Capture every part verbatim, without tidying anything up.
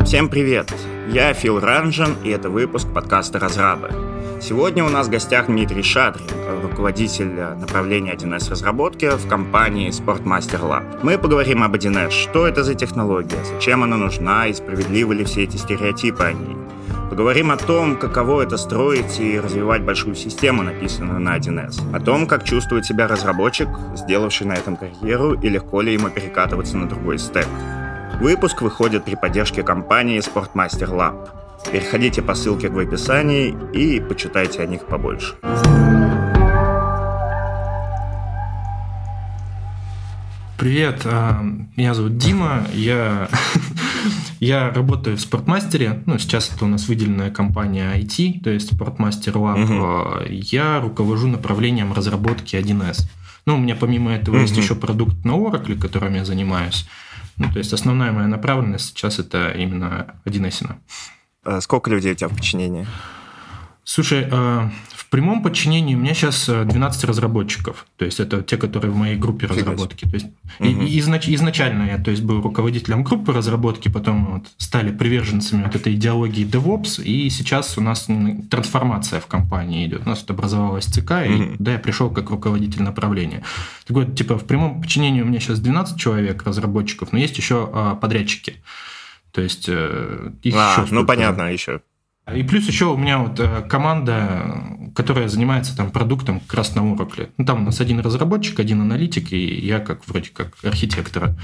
Всем привет! Я Фил Ранжин, и это выпуск подкаста «Разрабы». Сегодня у нас в гостях Дмитрий Шадрин, руководитель направления один эс разработки в компании Sportmaster Lab. Мы поговорим об один эс, что это за технология, зачем она нужна и справедливы ли все эти стереотипы о ней. Поговорим о том, каково это строить и развивать большую систему, написанную на один эс. О том, как чувствует себя разработчик, сделавший на этом карьеру, и легко ли ему перекатываться на другой стэк. Выпуск выходит при поддержке компании Sportmaster Lab. Переходите по ссылке в описании и почитайте о них побольше. Привет, меня зовут Дима, я, я работаю в Sportmaster, ну, сейчас это у нас выделенная компания ай ти, то есть Sportmaster Lab. Uh-huh. Я руковожу направлением разработки один эс. Ну, у меня помимо этого uh-huh. есть еще продукт на Oracle, которым я занимаюсь. Ну, то есть основная моя направленность сейчас это именно один эс. Сколько людей у тебя в подчинении? Слушай, в прямом подчинении у меня сейчас двенадцать разработчиков. То есть это те, которые в моей группе разработки. То есть угу. изнач, изначально я то есть, был руководителем группы разработки, потом вот стали приверженцами вот этой идеологии DevOps, и сейчас у нас трансформация в компании идет. У нас тут образовалась ЦК, угу. и туда я пришел как руководитель направления. Так вот, типа в прямом подчинении у меня сейчас двенадцать человек разработчиков, но есть еще подрядчики. То есть их а, еще ну понятно, еще. И плюс еще у меня вот команда, которая занимается там продуктом как раз на Oracle. Ну, там у нас один разработчик, один аналитик, и я как вроде как архитектор.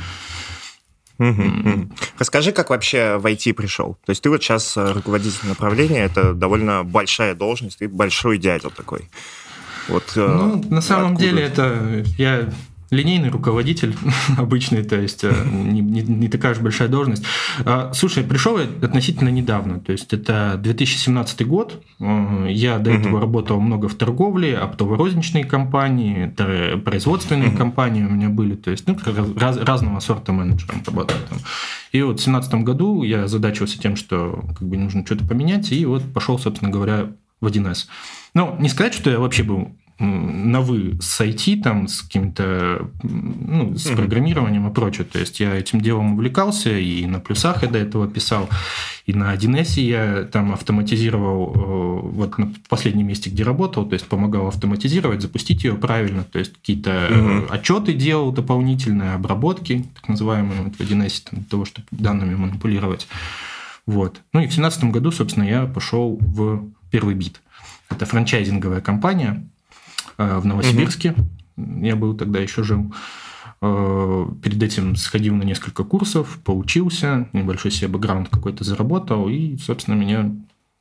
Mm-hmm. Расскажи, как вообще в ай ти пришел? То есть ты вот сейчас руководитель направления, это довольно большая должность, ты большой дядел такой. Вот, ну, на самом откуда? деле это я... Линейный руководитель обычный, то есть не, не, не такая уж большая должность. Слушай, пришел я относительно недавно, то есть это две тысячи семнадцатый год. Я до этого uh-huh. работал много в торговле, оптово-розничные компании, производственные uh-huh. компании у меня были, то есть ну, раз, разного сорта менеджером работал там. И вот в семнадцатом году я озадачился тем, что как бы нужно что-то поменять, и вот пошел, собственно говоря, в один эс. Ну, не сказать, что я вообще был на «вы» с ай ти, там, с каким-то, ну, с программированием и прочее. То есть я этим делом увлекался, и на плюсах я до этого писал, и на один эс я там автоматизировал, вот на последнем месте, где работал, то есть помогал автоматизировать, запустить ее правильно, то есть какие-то uh-huh. отчеты делал дополнительные, обработки, так называемые, вот в один эс, для того, чтобы данными манипулировать. Вот. Ну и в семнадцатом году, собственно, я пошел в Первый Бит. Это франчайзинговая компания в Новосибирске. Uh-huh. Я был тогда, еще жил. Перед этим сходил на несколько курсов, поучился, небольшой себе бэкграунд какой-то заработал, и, собственно, меня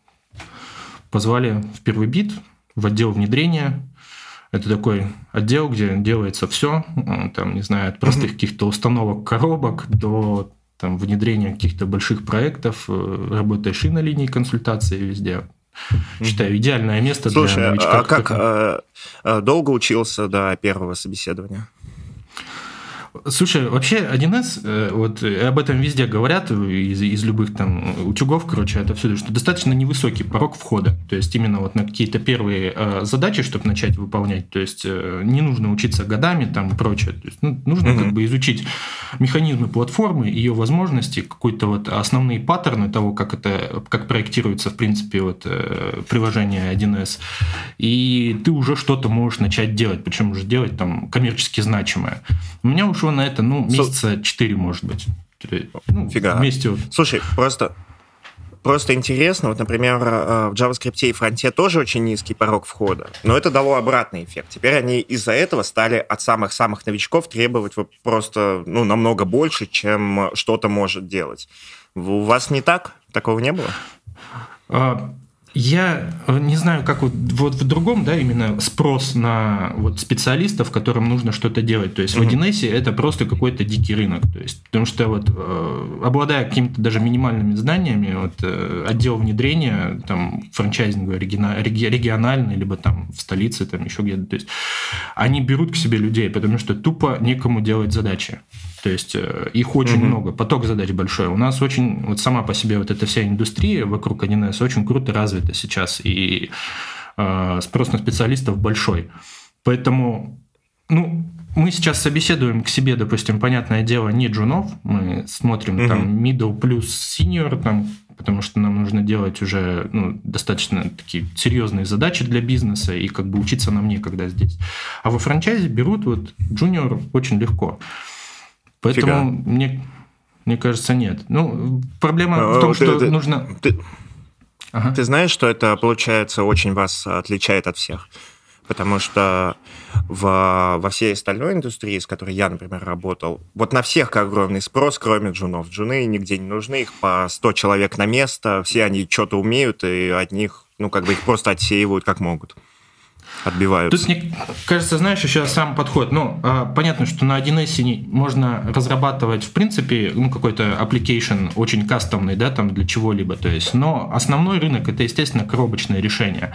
позвали в Первый Бит, в отдел внедрения. Это такой отдел, где делается все, там, не знаю, от простых uh-huh. каких-то установок коробок до там, внедрения каких-то больших проектов, работаешь и на линии консультации везде. Считаю, идеальное место. Слушай, для новичка. А как а, долго учился до первого собеседования? Слушай, вообще один эс, вот об этом везде говорят, из, из любых там утюгов, короче, это все, что достаточно невысокий порог входа. То есть именно вот на какие-то первые задачи, чтобы начать выполнять, то есть не нужно учиться годами там и прочее. То есть, ну, нужно mm-hmm. как бы изучить механизмы платформы, ее возможности, какие-то вот основные паттерны того, как это, как проектируется, в принципе, вот приложение один эс. И ты уже что-то можешь начать делать, причем уже делать там коммерчески значимое. У меня ушло на это, ну, месяца четыре, может быть. Ну, Фига. Вместе вот. Слушай, просто, просто интересно, вот, например, в JavaScript и фронте тоже очень низкий порог входа, но это дало обратный эффект. Теперь они из-за этого стали от самых-самых новичков требовать просто, ну, намного больше, чем что-то может делать. У вас не так? Такого не было? А... Я не знаю, как вот, вот в другом, да, именно спрос на вот специалистов, которым нужно что-то делать. То есть mm-hmm. в один эс это просто какой-то дикий рынок. То есть, потому что вот, э, обладая какими-то даже минимальными знаниями, вот, э, отдел внедрения, там, франчайзинговый, региональный, либо там в столице, там еще где-то, то есть они берут к себе людей, потому что тупо некому делать задачи. То есть их очень mm-hmm. много, поток задач большой. У нас очень, вот сама по себе вот эта вся индустрия вокруг один эс очень круто развита сейчас, и э, спрос на специалистов большой. Поэтому Ну, мы сейчас собеседуем к себе, допустим, понятное дело, не джунов, мы смотрим mm-hmm. там middle плюс senior, там, потому что нам нужно делать уже ну, достаточно такие серьезные задачи для бизнеса, и как бы учиться нам некогда здесь. А во франчайзе берут вот джуниор очень легко. Поэтому мне, мне кажется, нет. Ну, проблема а, в том, ты, что ты, нужно... Ты, ага. ты знаешь, что это, получается, очень вас отличает от всех? Потому что в, во всей остальной индустрии, с которой я, например, работал, вот на всех огромный спрос, кроме джунов. Джуны нигде не нужны, их по сто человек на место, все они что-то умеют, и от них, ну, как бы их просто отсеивают как могут. Отбиваются. Тут, мне кажется, знаешь, еще сам подход. Ну, понятно, что на один эс можно разрабатывать, в принципе, ну, какой-то application очень кастомный, да, там для чего-либо, то есть, но основной рынок – это, естественно, коробочное решение.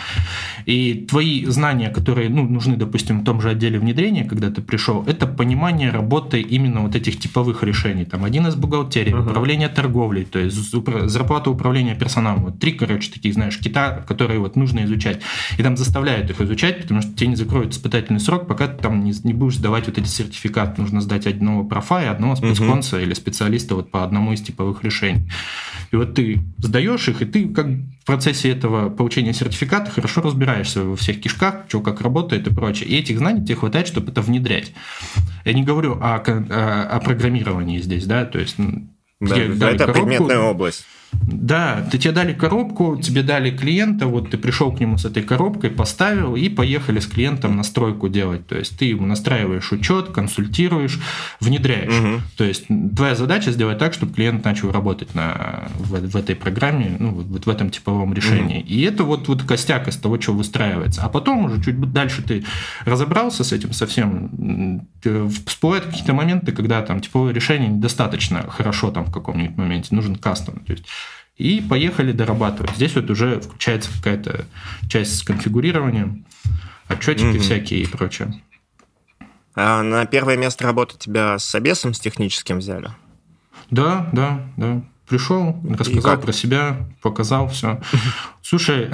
И твои знания, которые, ну, нужны, допустим, в том же отделе внедрения, когда ты пришел, это понимание работы именно вот этих типовых решений. Там один эс бухгалтерии, uh-huh. управление торговлей, то есть зарплата управления персоналом. Вот три, короче, таких, знаешь, кита, которые вот нужно изучать. И там заставляют их изучать, потому что тебе не закроют испытательный срок, пока ты там не, не будешь сдавать вот эти сертификаты. Нужно сдать одного профа и одного спецконса uh-huh. или специалиста вот по одному из типовых решений. И вот ты сдаешь их, и ты как в процессе этого получения сертификата хорошо разбираешься во всех кишках, что как работает и прочее. И этих знаний тебе хватает, чтобы это внедрять. Я не говорю о, о, о программировании здесь, да, то есть... Да, это коробку, предметная область. Да, ты тебе дали коробку, тебе дали клиента, вот ты пришел к нему с этой коробкой, поставил, и поехали с клиентом настройку делать. То есть ты ему настраиваешь учет, консультируешь, внедряешь. Угу. То есть твоя задача сделать так, чтобы клиент начал работать на, в, в этой программе, ну, вот в этом типовом решении. Угу. И это вот, вот костяк из того, что выстраивается. А потом уже чуть дальше ты разобрался с этим совсем, всплывают какие-то моменты, когда там типовое решение недостаточно хорошо там в каком-нибудь моменте, нужен кастом. То есть и поехали дорабатывать. Здесь вот уже включается какая-то часть с конфигурированием, отчетики mm-hmm. всякие и прочее. А на первое место работы тебя с собесом, с техническим взяли? Да, да, да. Пришел, рассказал про себя, показал все. Слушай,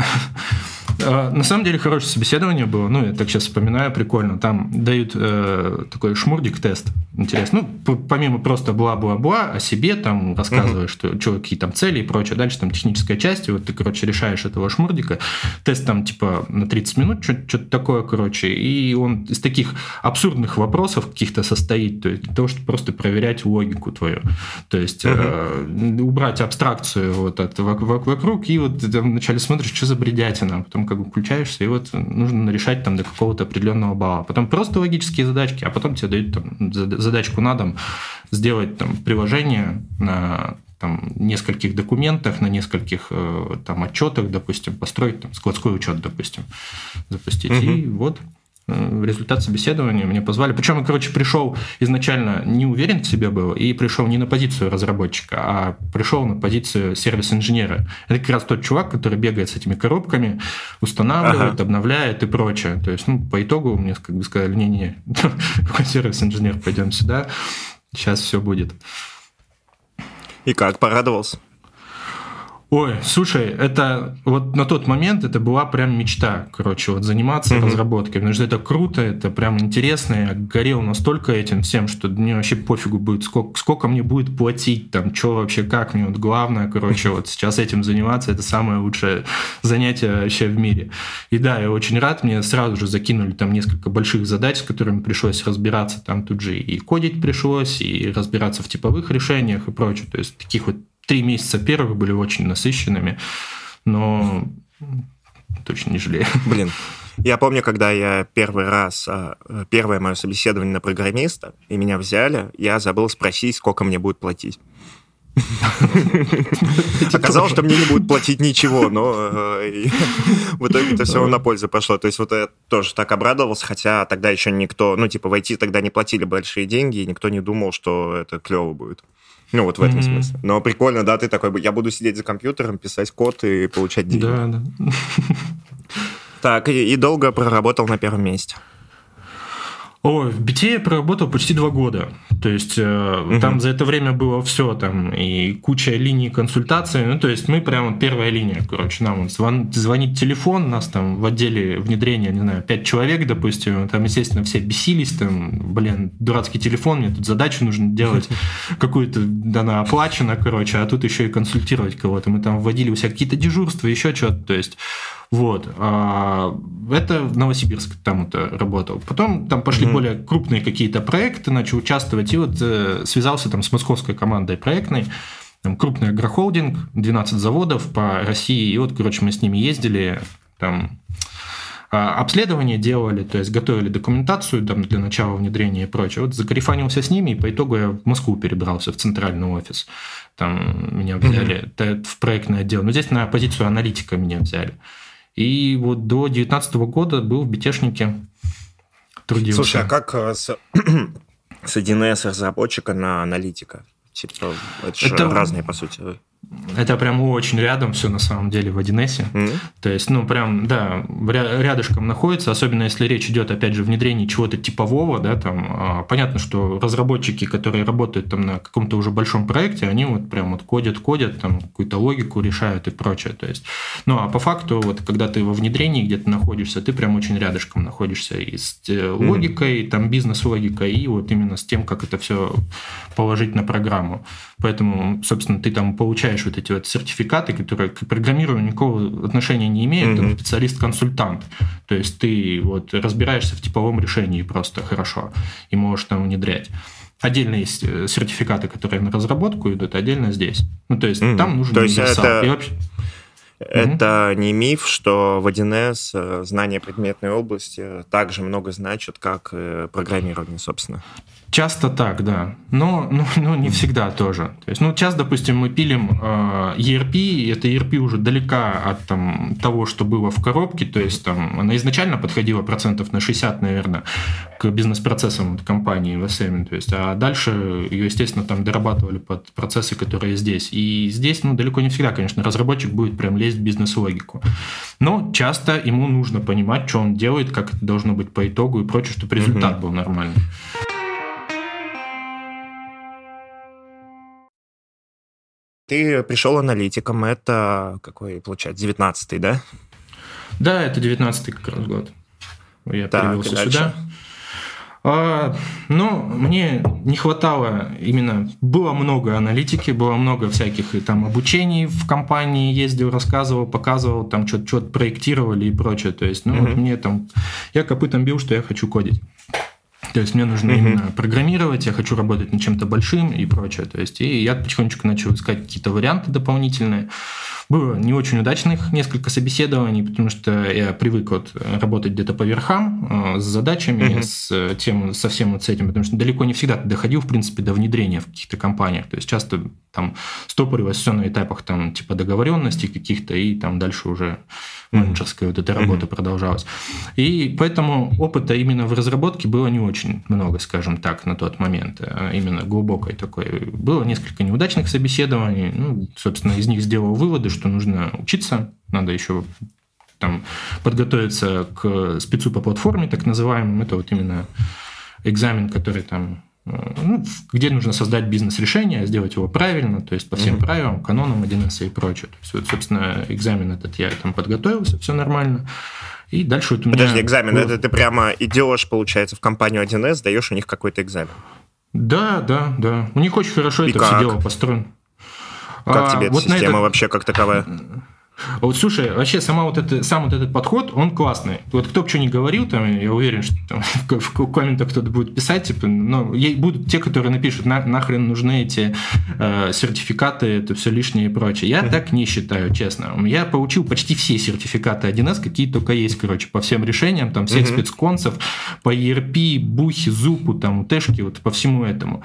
на самом деле хорошее собеседование было, ну, я так сейчас вспоминаю, прикольно. Там дают э, такой шмурдик-тест, интересно. Ну, помимо просто бла-бла-бла, о себе там рассказываешь, uh-huh. что, что, какие там цели и прочее. Дальше там техническая часть, и вот ты, короче, решаешь этого шмурдика. Тест там типа на тридцать минут, что-то такое, короче. И он из таких абсурдных вопросов каких-то состоит, то есть для того, чтобы просто проверять логику твою. То есть uh-huh. э, убрать абстракцию вот от, вокруг, и вот ты там вначале смотришь, что за бредятина, потом как бы включаешься, и вот нужно решать там до какого-то определенного балла. Потом просто логические задачки, а потом тебе дают там задачку на дом сделать там приложение на там, нескольких документах, на нескольких там отчетах, допустим, построить там складской учет, допустим, запустить. Угу. И вот результат собеседования меня позвали. Причем я, короче, пришел изначально не уверен в себе был, и пришел не на позицию разработчика, а пришел на позицию сервис-инженера. Это как раз тот чувак, который бегает с этими коробками, устанавливает, ага. обновляет и прочее. То есть, ну, по итогу мне как бы сказали, не-не, какой сервис-инженер, пойдем сюда, сейчас все будет. И как, порадовался? Ой, слушай, это вот на тот момент это была прям мечта, короче, вот заниматься mm-hmm. разработкой, потому что это круто, это прям интересно, я горел настолько этим всем, что мне вообще пофигу будет, сколько, сколько мне будет платить, там, что вообще, как мне, вот главное, короче, вот сейчас этим заниматься, это самое лучшее занятие вообще в мире. И да, я очень рад, мне сразу же закинули там несколько больших задач, с которыми пришлось разбираться, там тут же и кодить пришлось, и разбираться в типовых решениях и прочее, то есть таких вот Три месяца первых были очень насыщенными, но точно не жалею. Блин, я помню, когда я первый раз, первое мое собеседование на программиста, и меня взяли, я забыл спросить, сколько мне будут платить. Оказалось, что мне не будут платить ничего, но в итоге это все на пользу пошло. То есть вот я тоже так обрадовался, хотя тогда еще никто, ну типа в ай ти тогда не платили большие деньги, и никто не думал, что это клево будет. Ну, вот в этом mm-hmm. смысле. Но прикольно, да, ты такой, я буду сидеть за компьютером, писать код и получать деньги. Да, да. Так, и, и долго проработал на первом месте? Ой, в би ти я проработал почти два года. То есть э, угу. там за это время было все, там и куча линий консультаций. Ну, то есть мы прямо первая линия, короче, нам вот звон, звонит телефон, нас там в отделе внедрения, не знаю, пять человек, допустим, там, естественно, все бесились, там, блин, дурацкий телефон, мне тут задачу нужно делать, какую-то, она оплачена, короче, а тут еще и консультировать кого-то. Мы там вводили у себя какие-то дежурства, еще что-то, то есть... Вот. Это в Новосибирск там вот работал. Потом там пошли mm-hmm. более крупные какие-то проекты, начал участвовать, и вот связался там с московской командой проектной. Там крупный агрохолдинг, двенадцать заводов по России, и вот, короче, мы с ними ездили, там обследование делали, то есть готовили документацию там, для начала внедрения и прочее. Вот закарифанился с ними, и по итогу я в Москву перебрался, в центральный офис. Там меня взяли mm-hmm. в проектный отдел. Но здесь на позицию аналитика меня взяли. И вот до две тысячи девятнадцатого года был в БТшнике, трудился. Слушай, а как с, с один эс разработчика на аналитика? Типа, это, это же разные, по сути. Это прям очень рядом все на самом деле в один эс. Mm-hmm. То есть, ну, прям, да, рядышком находится, особенно если речь идет, опять же, о внедрении чего-то типового, да, там, понятно, что разработчики, которые работают там на каком-то уже большом проекте, они вот прям вот кодят, кодят, там, какую-то логику решают и прочее, то есть, ну, а по факту, вот, когда ты во внедрении где-то находишься, ты прям очень рядышком находишься и с логикой, mm-hmm. там, бизнес-логикой, и вот именно с тем, как это все положить на программу. Поэтому, собственно, ты там получаешь вот эти вот сертификаты, которые к программированию никакого отношения не имеют, mm-hmm. ты специалист-консультант. То есть ты вот разбираешься в типовом решении просто хорошо и можешь там внедрять. Отдельно есть сертификаты, которые на разработку идут, отдельно здесь. Ну, то есть mm-hmm. там нужен то универсал. Это... И вообще... Это mm-hmm. не миф, что в один эс знания предметной области так же много значат, как программирование, собственно. Часто так, да, но, но, но не всегда тоже. То есть, ну, сейчас, допустим, мы пилим э, и ар пи, и эта и ар пи уже далека от там, того, что было в коробке, то есть там, она изначально подходила процентов на шестьдесят, наверное, к бизнес-процессам компании в эс эм, то есть, а дальше ее, естественно, там дорабатывали под процессы, которые здесь. И здесь, ну, далеко не всегда, конечно, разработчик будет прям лезть в бизнес-логику. Но часто ему нужно понимать, что он делает, как это должно быть по итогу и прочее, чтобы результат mm-hmm. был нормальный. Ты пришел аналитиком, это какой, получается, девятнадцатый, да? Да, это девятнадцатый как раз год. Я так, перевелся сюда. А, но мне не хватало именно... Было много аналитики, было много всяких и там обучений в компании, ездил, рассказывал, показывал, там что-то, что-то проектировали и прочее. То есть, ну, mm-hmm. вот мне там... Я копытом бил, что я хочу кодить. То есть мне нужно mm-hmm. именно программировать, я хочу работать над чем-то большим и прочее. То есть, и я потихонечку начал искать какие-то варианты дополнительные. Было не очень удачных несколько собеседований, потому что я привык вот работать где-то по верхам с задачами, mm-hmm. с тем, со всем вот с этим, потому что далеко не всегда ты доходил, в принципе, до внедрения в каких-то компаниях. То есть часто там стопорилось все на этапах там типа договоренностей каких-то, и там дальше уже менеджерская вот эта работа mm-hmm. продолжалась. И поэтому опыта именно в разработке было не очень много, скажем так, на тот момент, именно глубокой такой. Было несколько неудачных собеседований, ну, собственно, из них сделал выводы, что нужно учиться, надо еще там подготовиться к спецу по платформе, так называемому, это вот именно экзамен, который там, ну, где нужно создать бизнес-решение, сделать его правильно, то есть по всем mm-hmm. правилам, канонам один эс и прочее. То есть, вот, собственно, экзамен этот я там подготовился, все нормально. И дальше вот у меня... Подожди, экзамен, был... это ты прямо идешь, получается, в компанию один эс, даешь у них какой-то экзамен? Да, да, да. У них очень хорошо и это как? все дело построено. Как а, тебе эта вот система это... вообще как таковая? Вот слушай, вообще сама вот это, сам вот этот подход, он классный. Вот кто бы что ни говорил, там, я уверен, что там, в комментах кто-то будет писать, типа, но будут те, которые напишут, На, нахрен нужны эти э, сертификаты, это все лишнее и прочее. Я mm-hmm. так не считаю, честно. Я получил почти все сертификаты один эс, какие только есть, короче, по всем решениям, там, всех mm-hmm. спецконцев, по и ар пи, бухе, зупу, там, тэшке, вот по всему этому.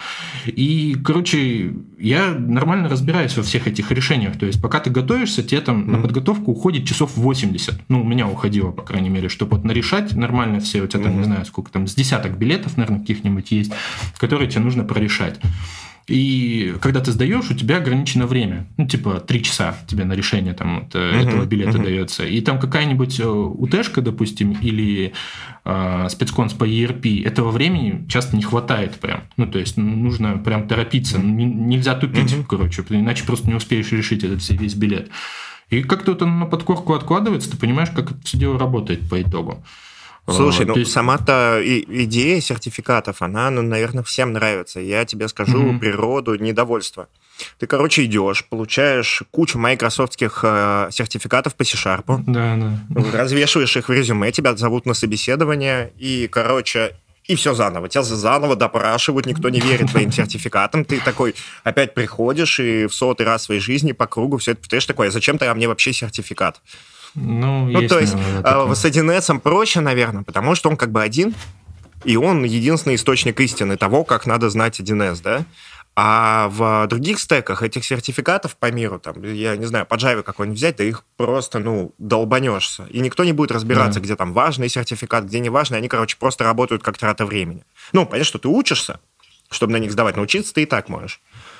И, короче, я нормально разбираюсь во всех этих решениях. То есть, пока ты готовишься, тебе там mm-hmm. подготовку уходит часов восемьдесят. Ну, у меня уходило, по крайней мере, чтобы вот нарешать нормально все. У тебя там, mm-hmm. не знаю, сколько там, с десяток билетов, наверное, каких-нибудь есть, которые тебе нужно прорешать. И когда ты сдаешь, у тебя ограничено время. Ну, типа, три часа тебе на решение там, вот, uh-huh, этого билета uh-huh. дается. И там какая-нибудь УТшка, допустим, или э, спецконс по и эр пи, этого времени часто не хватает прям. Ну, то есть нужно прям торопиться. Н- нельзя тупить, uh-huh. короче, иначе просто не успеешь решить этот весь билет. И как-то это на подкорку откладывается, ты понимаешь, как это все дело работает по итогу. Слушай, ну есть... сама-то идея сертификатов, она, ну, наверное, всем нравится. Я тебе скажу mm-hmm. природу недовольства. Ты, короче, идешь, получаешь кучу майкрософтских э, сертификатов по C-Sharp, да, да. развешиваешь их в резюме, тебя зовут на собеседование, и, короче, и все заново. Тебя заново допрашивают, никто не верит твоим сертификатам. Ты такой опять приходишь и в сотый раз в своей жизни по кругу все это повторяешь такое, зачем-то мне вообще сертификат? Ну, ну есть, то есть наверное, с один эс проще, наверное, потому что он как бы один, и он единственный источник истины того, как надо знать один эс, да? А в других стеках этих сертификатов по миру, там, я не знаю, по Java какой-нибудь взять, да их просто, ну, долбанешься. И никто не будет разбираться, да. где там важный сертификат, где не важный. Они, короче, просто работают как трата времени. Ну, понятно, что ты учишься, чтобы на них сдавать, научиться ты и так можешь.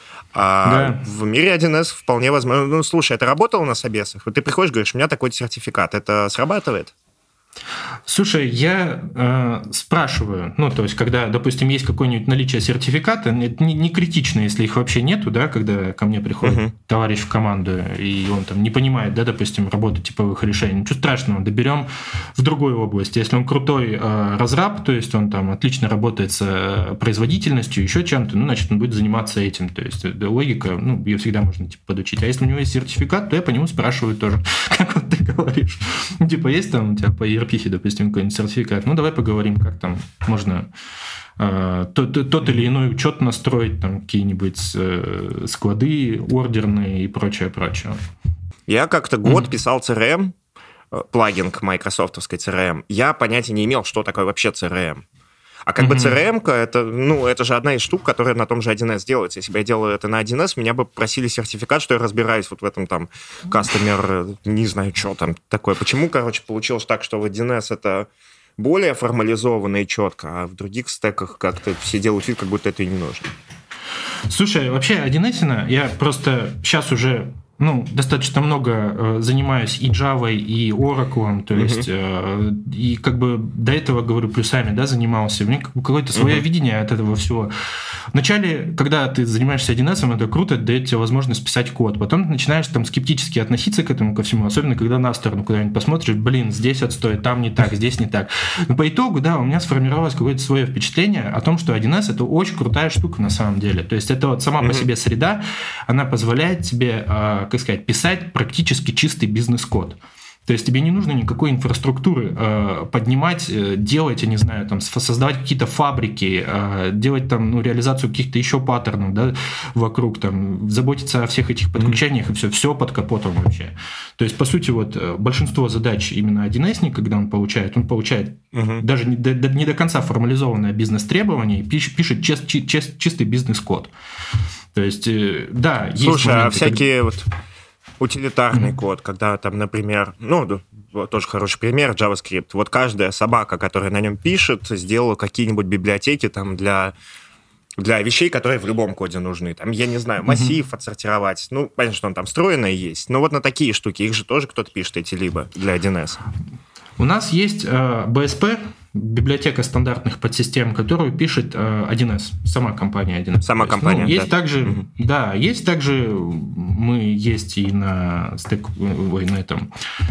А да. в мире один эс вполне возможно... Ну, слушай, это работало на собесах? Вот ты приходишь, говоришь, у меня такой сертификат. Это срабатывает? Слушай, я э, спрашиваю, ну, то есть, когда, допустим, есть какое-нибудь наличие сертификата, это не, не критично, если их вообще нету, да, когда ко мне приходит uh-huh. товарищ в команду, и он там не понимает, да, допустим, работу типовых решений, ничего страшного, доберем в другой области. Если он крутой э, разраб, то есть он там отлично работает с производительностью, еще чем-то, ну, значит, он будет заниматься этим. То есть, да, логика, ну, ее всегда можно, типа, подучить. А если у него есть сертификат, то я по нему спрашиваю тоже, как вот ты говоришь. Ну, типа, есть там у тебя по и эр пи, допустим, какой-нибудь сертификат, ну, давай поговорим, как там можно э, тот, тот или иной учет настроить, там, какие-нибудь э, склады ордерные и прочее, прочее. Я как-то год mm-hmm. писал си эр эм, плагин к майкрософтовской си эр эм. Я понятия не имел, что такое вообще си эр эм. А как mm-hmm. бы си эр эм-ка, это, ну, это же одна из штук, которая на том же один эс делается. Если бы я делал это на один эс, меня бы просили сертификат, что я разбираюсь вот в этом там customer, не знаю, что там такое. Почему, короче, получилось так, что в один эс это более формализованно и четко, а в других стеках как-то все делают вид, как будто это и не нужно. Слушай, вообще один эс-ина, я просто сейчас уже... Ну, достаточно много э, занимаюсь и Java, и Oracle, то есть, э, и как бы до этого, говорю, плюсами, да, занимался. У меня какое-то свое uh-huh. видение от этого всего. Вначале, когда ты занимаешься один эс, это круто, это дает тебе возможность писать код. Потом ты начинаешь там скептически относиться к этому, ко всему, особенно когда на сторону куда-нибудь посмотришь, блин, здесь отстой, там не так, здесь не так. Но по итогу, да, у меня сформировалось какое-то свое впечатление о том, что один эс это очень крутая штука на самом деле. То есть это вот сама uh-huh. по себе среда, она позволяет тебе... Э, как сказать, писать практически чистый бизнес-код. То есть тебе не нужно никакой инфраструктуры э, поднимать, э, делать, я не знаю, там, создавать какие-то фабрики, э, делать там, ну, реализацию каких-то еще паттернов, да, вокруг, там, заботиться о всех этих подключениях, mm-hmm. и все, все под капотом вообще. То есть, по сути, вот большинство задач именно один эс-ник, когда он получает, он получает mm-hmm. даже не до, не до конца формализованное бизнес-требование, пишет, пишет чист, чист, чистый бизнес-код. То есть, да, есть... Слушай, моменты, а всякие когда... вот утилитарный mm-hmm. код, когда там, например, ну, тоже хороший пример, JavaScript. Вот каждая собака, которая на нем пишет, сделала какие-нибудь библиотеки там для, для вещей, которые в любом коде нужны. Там, я не знаю, массив mm-hmm. отсортировать. Ну, понятно, что он там встроенный есть. Но вот на такие штуки, их же тоже кто-то пишет, эти либо для один эс. У нас есть э, би эс пи, библиотека стандартных подсистем, которую пишет э, один эс, сама компания один эс. Сама компания, ну, есть да. Также, угу. Да, есть также, мы есть и на стек, ой, на этом...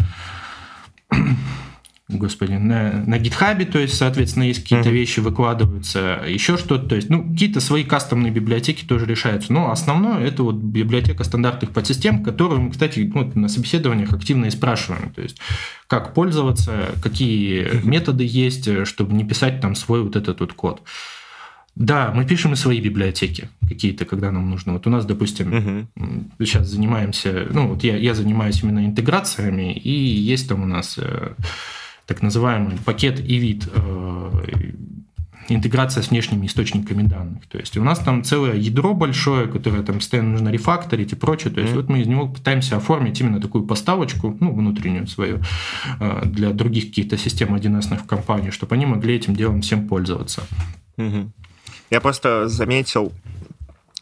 Господи, на, на GitHub, то есть, соответственно, есть какие-то mm-hmm. вещи выкладываются, еще что-то, то есть, ну, какие-то свои кастомные библиотеки тоже решаются. Но основное это вот библиотека стандартных подсистем, которую мы, кстати, вот, на собеседованиях активно и спрашиваем. То есть, как пользоваться, какие mm-hmm. методы есть, чтобы не писать там свой вот этот вот код. Да, мы пишем и свои библиотеки какие-то, когда нам нужно. Вот у нас, допустим, uh-huh. сейчас занимаемся, ну, вот я, я занимаюсь именно интеграциями, и есть там у нас э, так называемый пакет и вид, э, интеграция с внешними источниками данных. То есть у нас там целое ядро большое, которое там постоянно нужно рефакторить и прочее. То есть mm-hmm. вот мы из него пытаемся оформить именно такую поставочку, ну, внутреннюю свою, э, для других каких-то систем один эс-ных в компании, чтобы они могли этим делом всем пользоваться. Mm-hmm. Я просто заметил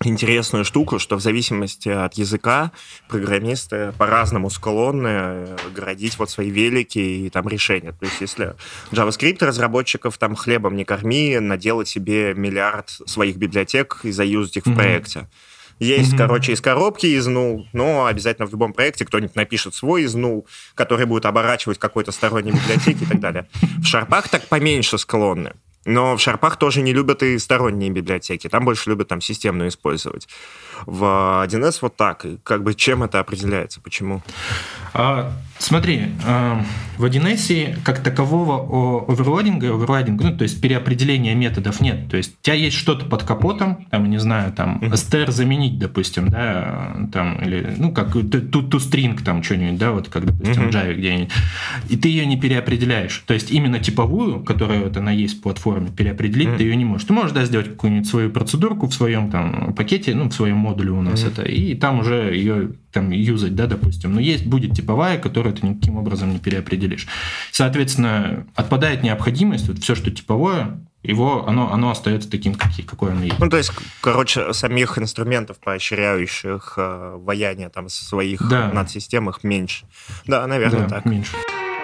интересную штуку, что в зависимости от языка программисты по-разному склонны городить вот свои велики и там решения. То есть если JavaScript разработчиков там хлебом не корми, наделать себе миллиард своих библиотек и заюзать их mm-hmm. в проекте. Есть, mm-hmm. короче, из коробки из null, но обязательно в любом проекте кто-нибудь напишет свой из null, который будет оборачивать какой-то сторонней библиотеки и так далее. В шарпах так поменьше склонны. Но в шарпах тоже не любят и сторонние библиотеки. Там больше любят там системную использовать. В один эс вот так. И как бы чем это определяется? Почему? А, смотри, а, в один эс как такового оверлодинга, оверлодинга, ну, то есть переопределения методов нет. То есть у тебя есть что-то под капотом, там, не знаю, там, str заменить, допустим, да, там, или, ну, как toString, там, что-нибудь, да, вот как, допустим, в Java где-нибудь. И ты ее не переопределяешь. То есть именно типовую, которая вот она есть в платформе, переопределить mm-hmm. ты ее не можешь. Ты можешь, да, сделать какую-нибудь свою процедурку в своем там пакете, ну, в своем модуле у нас mm-hmm. это, и там уже ее там юзать, да, допустим. Но есть, будет типовая, которую ты никаким образом не переопределишь. Соответственно, отпадает необходимость, вот все, что типовое, его, оно, оно остается таким, какие, какое оно есть. Ну, то есть, короче, самих инструментов, поощряющих э, ваяние там своих да. надсистемах меньше. Да, наверное, да, так. меньше.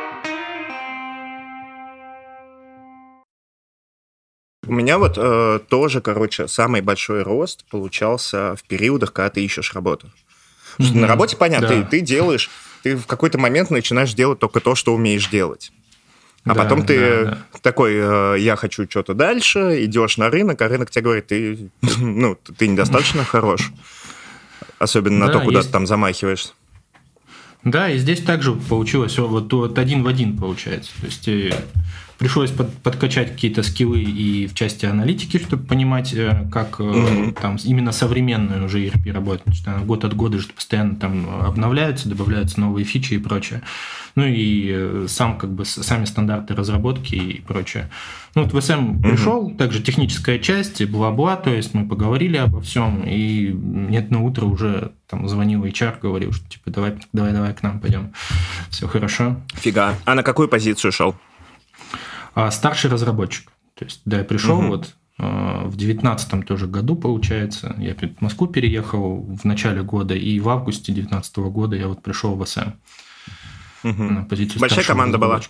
У меня вот э, тоже, короче, самый большой рост получался в периодах, когда ты ищешь работу. Mm-hmm. Что на работе, понятно, да. ты, ты делаешь, ты в какой-то момент начинаешь делать только то, что умеешь делать. А да, потом ты да, да. такой, э, я хочу что-то дальше, идешь на рынок, а рынок тебе говорит, ты, ну, ты недостаточно хорош. Особенно на то, куда ты там замахиваешься. Да, и здесь также получилось вот, вот один в один получается. То есть пришлось под, подкачать какие-то скиллы и в части аналитики, чтобы понимать, как mm-hmm. там именно современная уже и ар пи работает. Потому что год от года же постоянно там обновляются, добавляются новые фичи и прочее. Ну и сам как бы сами стандарты разработки и прочее. Ну вот в эс эм mm-hmm. пришел, также техническая часть, бла-бла, то есть мы поговорили обо всем, и мне на утро уже там звонил эйч ар, говорил, что типа давай, давай, давай к нам пойдем. Все хорошо. Фига. А на какую позицию шел? А, старший разработчик. То есть, да, я пришел mm-hmm. вот в девятнадцатом тоже году, получается. Я в Москву переехал в начале года, и в августе девятнадцатого года я вот пришел в эс эм. Mm-hmm. На позицию Большая команда была?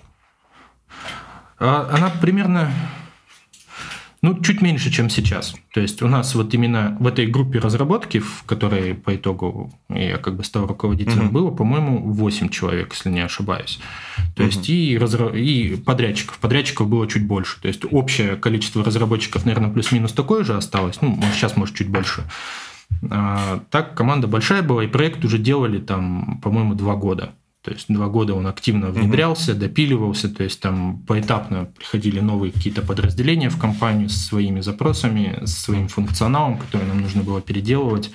Она примерно, ну, чуть меньше, чем сейчас. То есть у нас вот именно в этой группе разработки, в которой по итогу я как бы стал руководителем, mm-hmm. было, по-моему, восемь человек, если не ошибаюсь. То mm-hmm. есть и, разра... и подрядчиков. Подрядчиков было чуть больше. То есть общее количество разработчиков, наверное, плюс-минус такое же осталось. Ну, сейчас, может, чуть больше. А, так, команда большая была, и проект уже делали там, по-моему, два года. То есть два года он активно внедрялся, mm-hmm. допиливался, то есть там поэтапно приходили новые какие-то подразделения в компанию со своими запросами, со своим функционалом, который нам нужно было переделывать,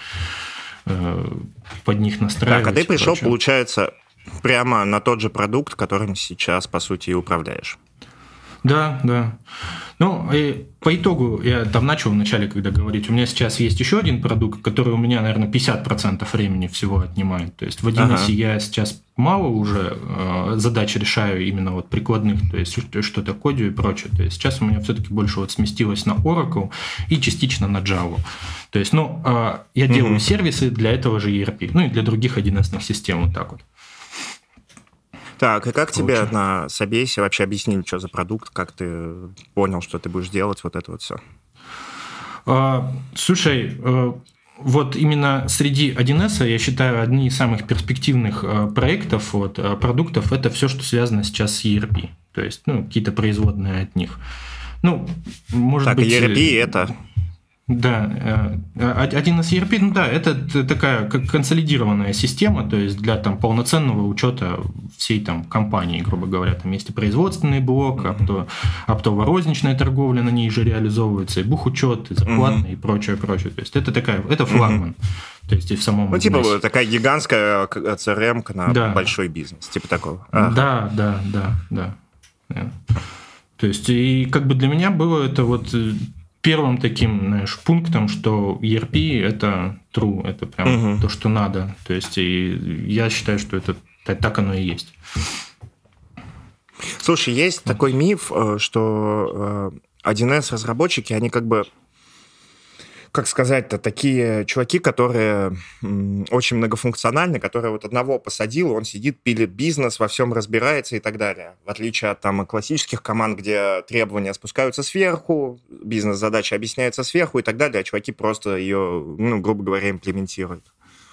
под них настраивать. Так, а ты пришел, получается, прямо на тот же продукт, которым сейчас, по сути, и управляешь. Да, да. Ну, и по итогу, я там начал вначале, когда говорить, у меня сейчас есть еще один продукт, который у меня, наверное, пятьдесят процентов времени всего отнимает. То есть в один эс ага. я сейчас мало уже э, задач решаю именно вот прикладных, то есть что-то кодю и прочее. То есть сейчас у меня все-таки больше вот сместилось на Oracle и частично на Java. То есть, ну, э, я угу. делаю сервисы для этого же и ар пи, ну и для других один эс-ных систем, вот так вот. Так, и как тебе на собесе вообще объяснили, что за продукт, как ты понял, что ты будешь делать, вот это вот все? А, слушай, вот именно среди один эс, я считаю, одни из самых перспективных проектов, вот, продуктов, это все, что связано сейчас с и ар пи, то есть, ну, какие-то производные от них. Ну, может так, быть... и ар пи это... Да, один эс и ар пи, ну да, это такая как консолидированная система, то есть для там полноценного учета всей там компании, грубо говоря, там есть и производственный блок, mm-hmm. оптово-розничная торговля на ней же реализовывается, и бухучет, и зарплатный, mm-hmm. и прочее, прочее. То есть это такая, это флагман. Mm-hmm. То есть и в самом ну, типа бизнесе. Такая гигантская си ар эм на да. большой бизнес, типа такого. Ага. Да, да, да, да, да. То есть и как бы для меня было это вот... первым таким, знаешь, пунктом, что и ар пи – это true, это прям uh-huh. то, что надо. То есть и я считаю, что это так оно и есть. Слушай, есть такой миф, что один эс-разработчики, они как бы как сказать-то, такие чуваки, которые м, очень многофункциональны, которые вот одного посадил, он сидит, пилит бизнес, во всем разбирается и так далее. В отличие от там классических команд, где требования спускаются сверху, бизнес-задача объясняется сверху и так далее, а чуваки просто ее, ну, грубо говоря, имплементируют.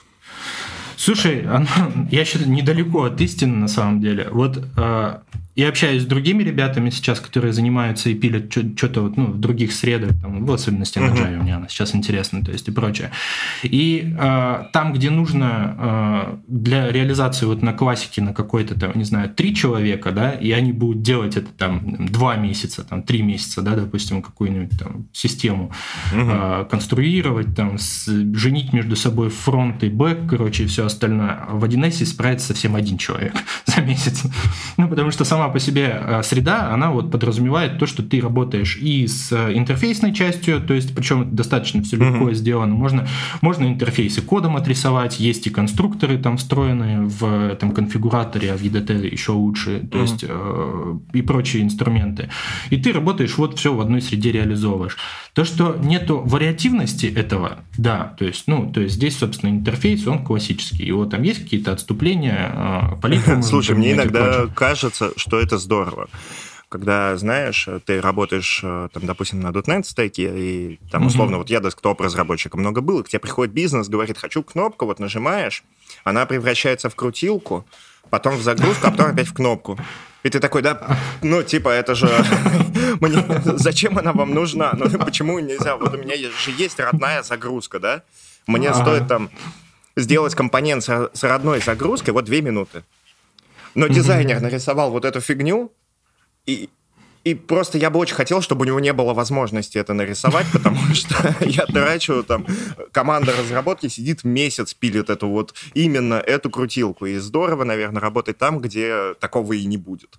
Слушай, я считаю, недалеко от истины на самом деле. Вот э, я общаюсь с другими ребятами сейчас, которые занимаются и пилят что-то вот, ну, в других средах, там, в особенности на Java, uh-huh. мне она сейчас интересна, то есть и прочее. И э, там, где нужно э, для реализации вот на классике на какой-то там, не знаю, три человека, да, и они будут делать это там два месяца, там, три месяца, да, допустим, какую-нибудь там систему uh-huh. э, конструировать, там, с, женить между собой фронт и бэк, короче, и все остальное. В один эс справится совсем один человек за месяц. Ну, потому что сама по себе среда, она вот подразумевает то, что ты работаешь и с интерфейсной частью, то есть, причем это достаточно все легко mm-hmm. сделано. Можно, можно интерфейсы кодом отрисовать, есть и конструкторы там встроенные в этом конфигураторе, а в и ди ти еще лучше, то mm-hmm. есть э, и прочие инструменты. И ты работаешь, вот все в одной среде реализовываешь. То, что нету вариативности этого, да, то есть, ну, то есть здесь, собственно, интерфейс, он классический. Его там есть какие-то отступления, палитры. Слушай, мне иногда кажется, что это здорово. Когда, знаешь, ты работаешь, там, допустим, на .дот нет стеке, и там, условно, mm-hmm. вот я десктоп-разработчиком много был, и к тебе приходит бизнес, говорит, хочу кнопку, вот нажимаешь, она превращается в крутилку, потом в загрузку, а потом опять в кнопку. И ты такой, да, ну, типа, это же... Мне... Зачем она вам нужна? Ну, почему нельзя? Вот у меня же есть родная загрузка, да? Мне ага. стоит там сделать компонент с родной загрузкой, вот две минуты. Но дизайнер нарисовал вот эту фигню, и... И просто я бы очень хотел, чтобы у него не было возможности это нарисовать, потому что я трачу, там, команда разработки сидит месяц, пилит эту вот, именно эту крутилку. И здорово, наверное, работать там, где такого и не будет.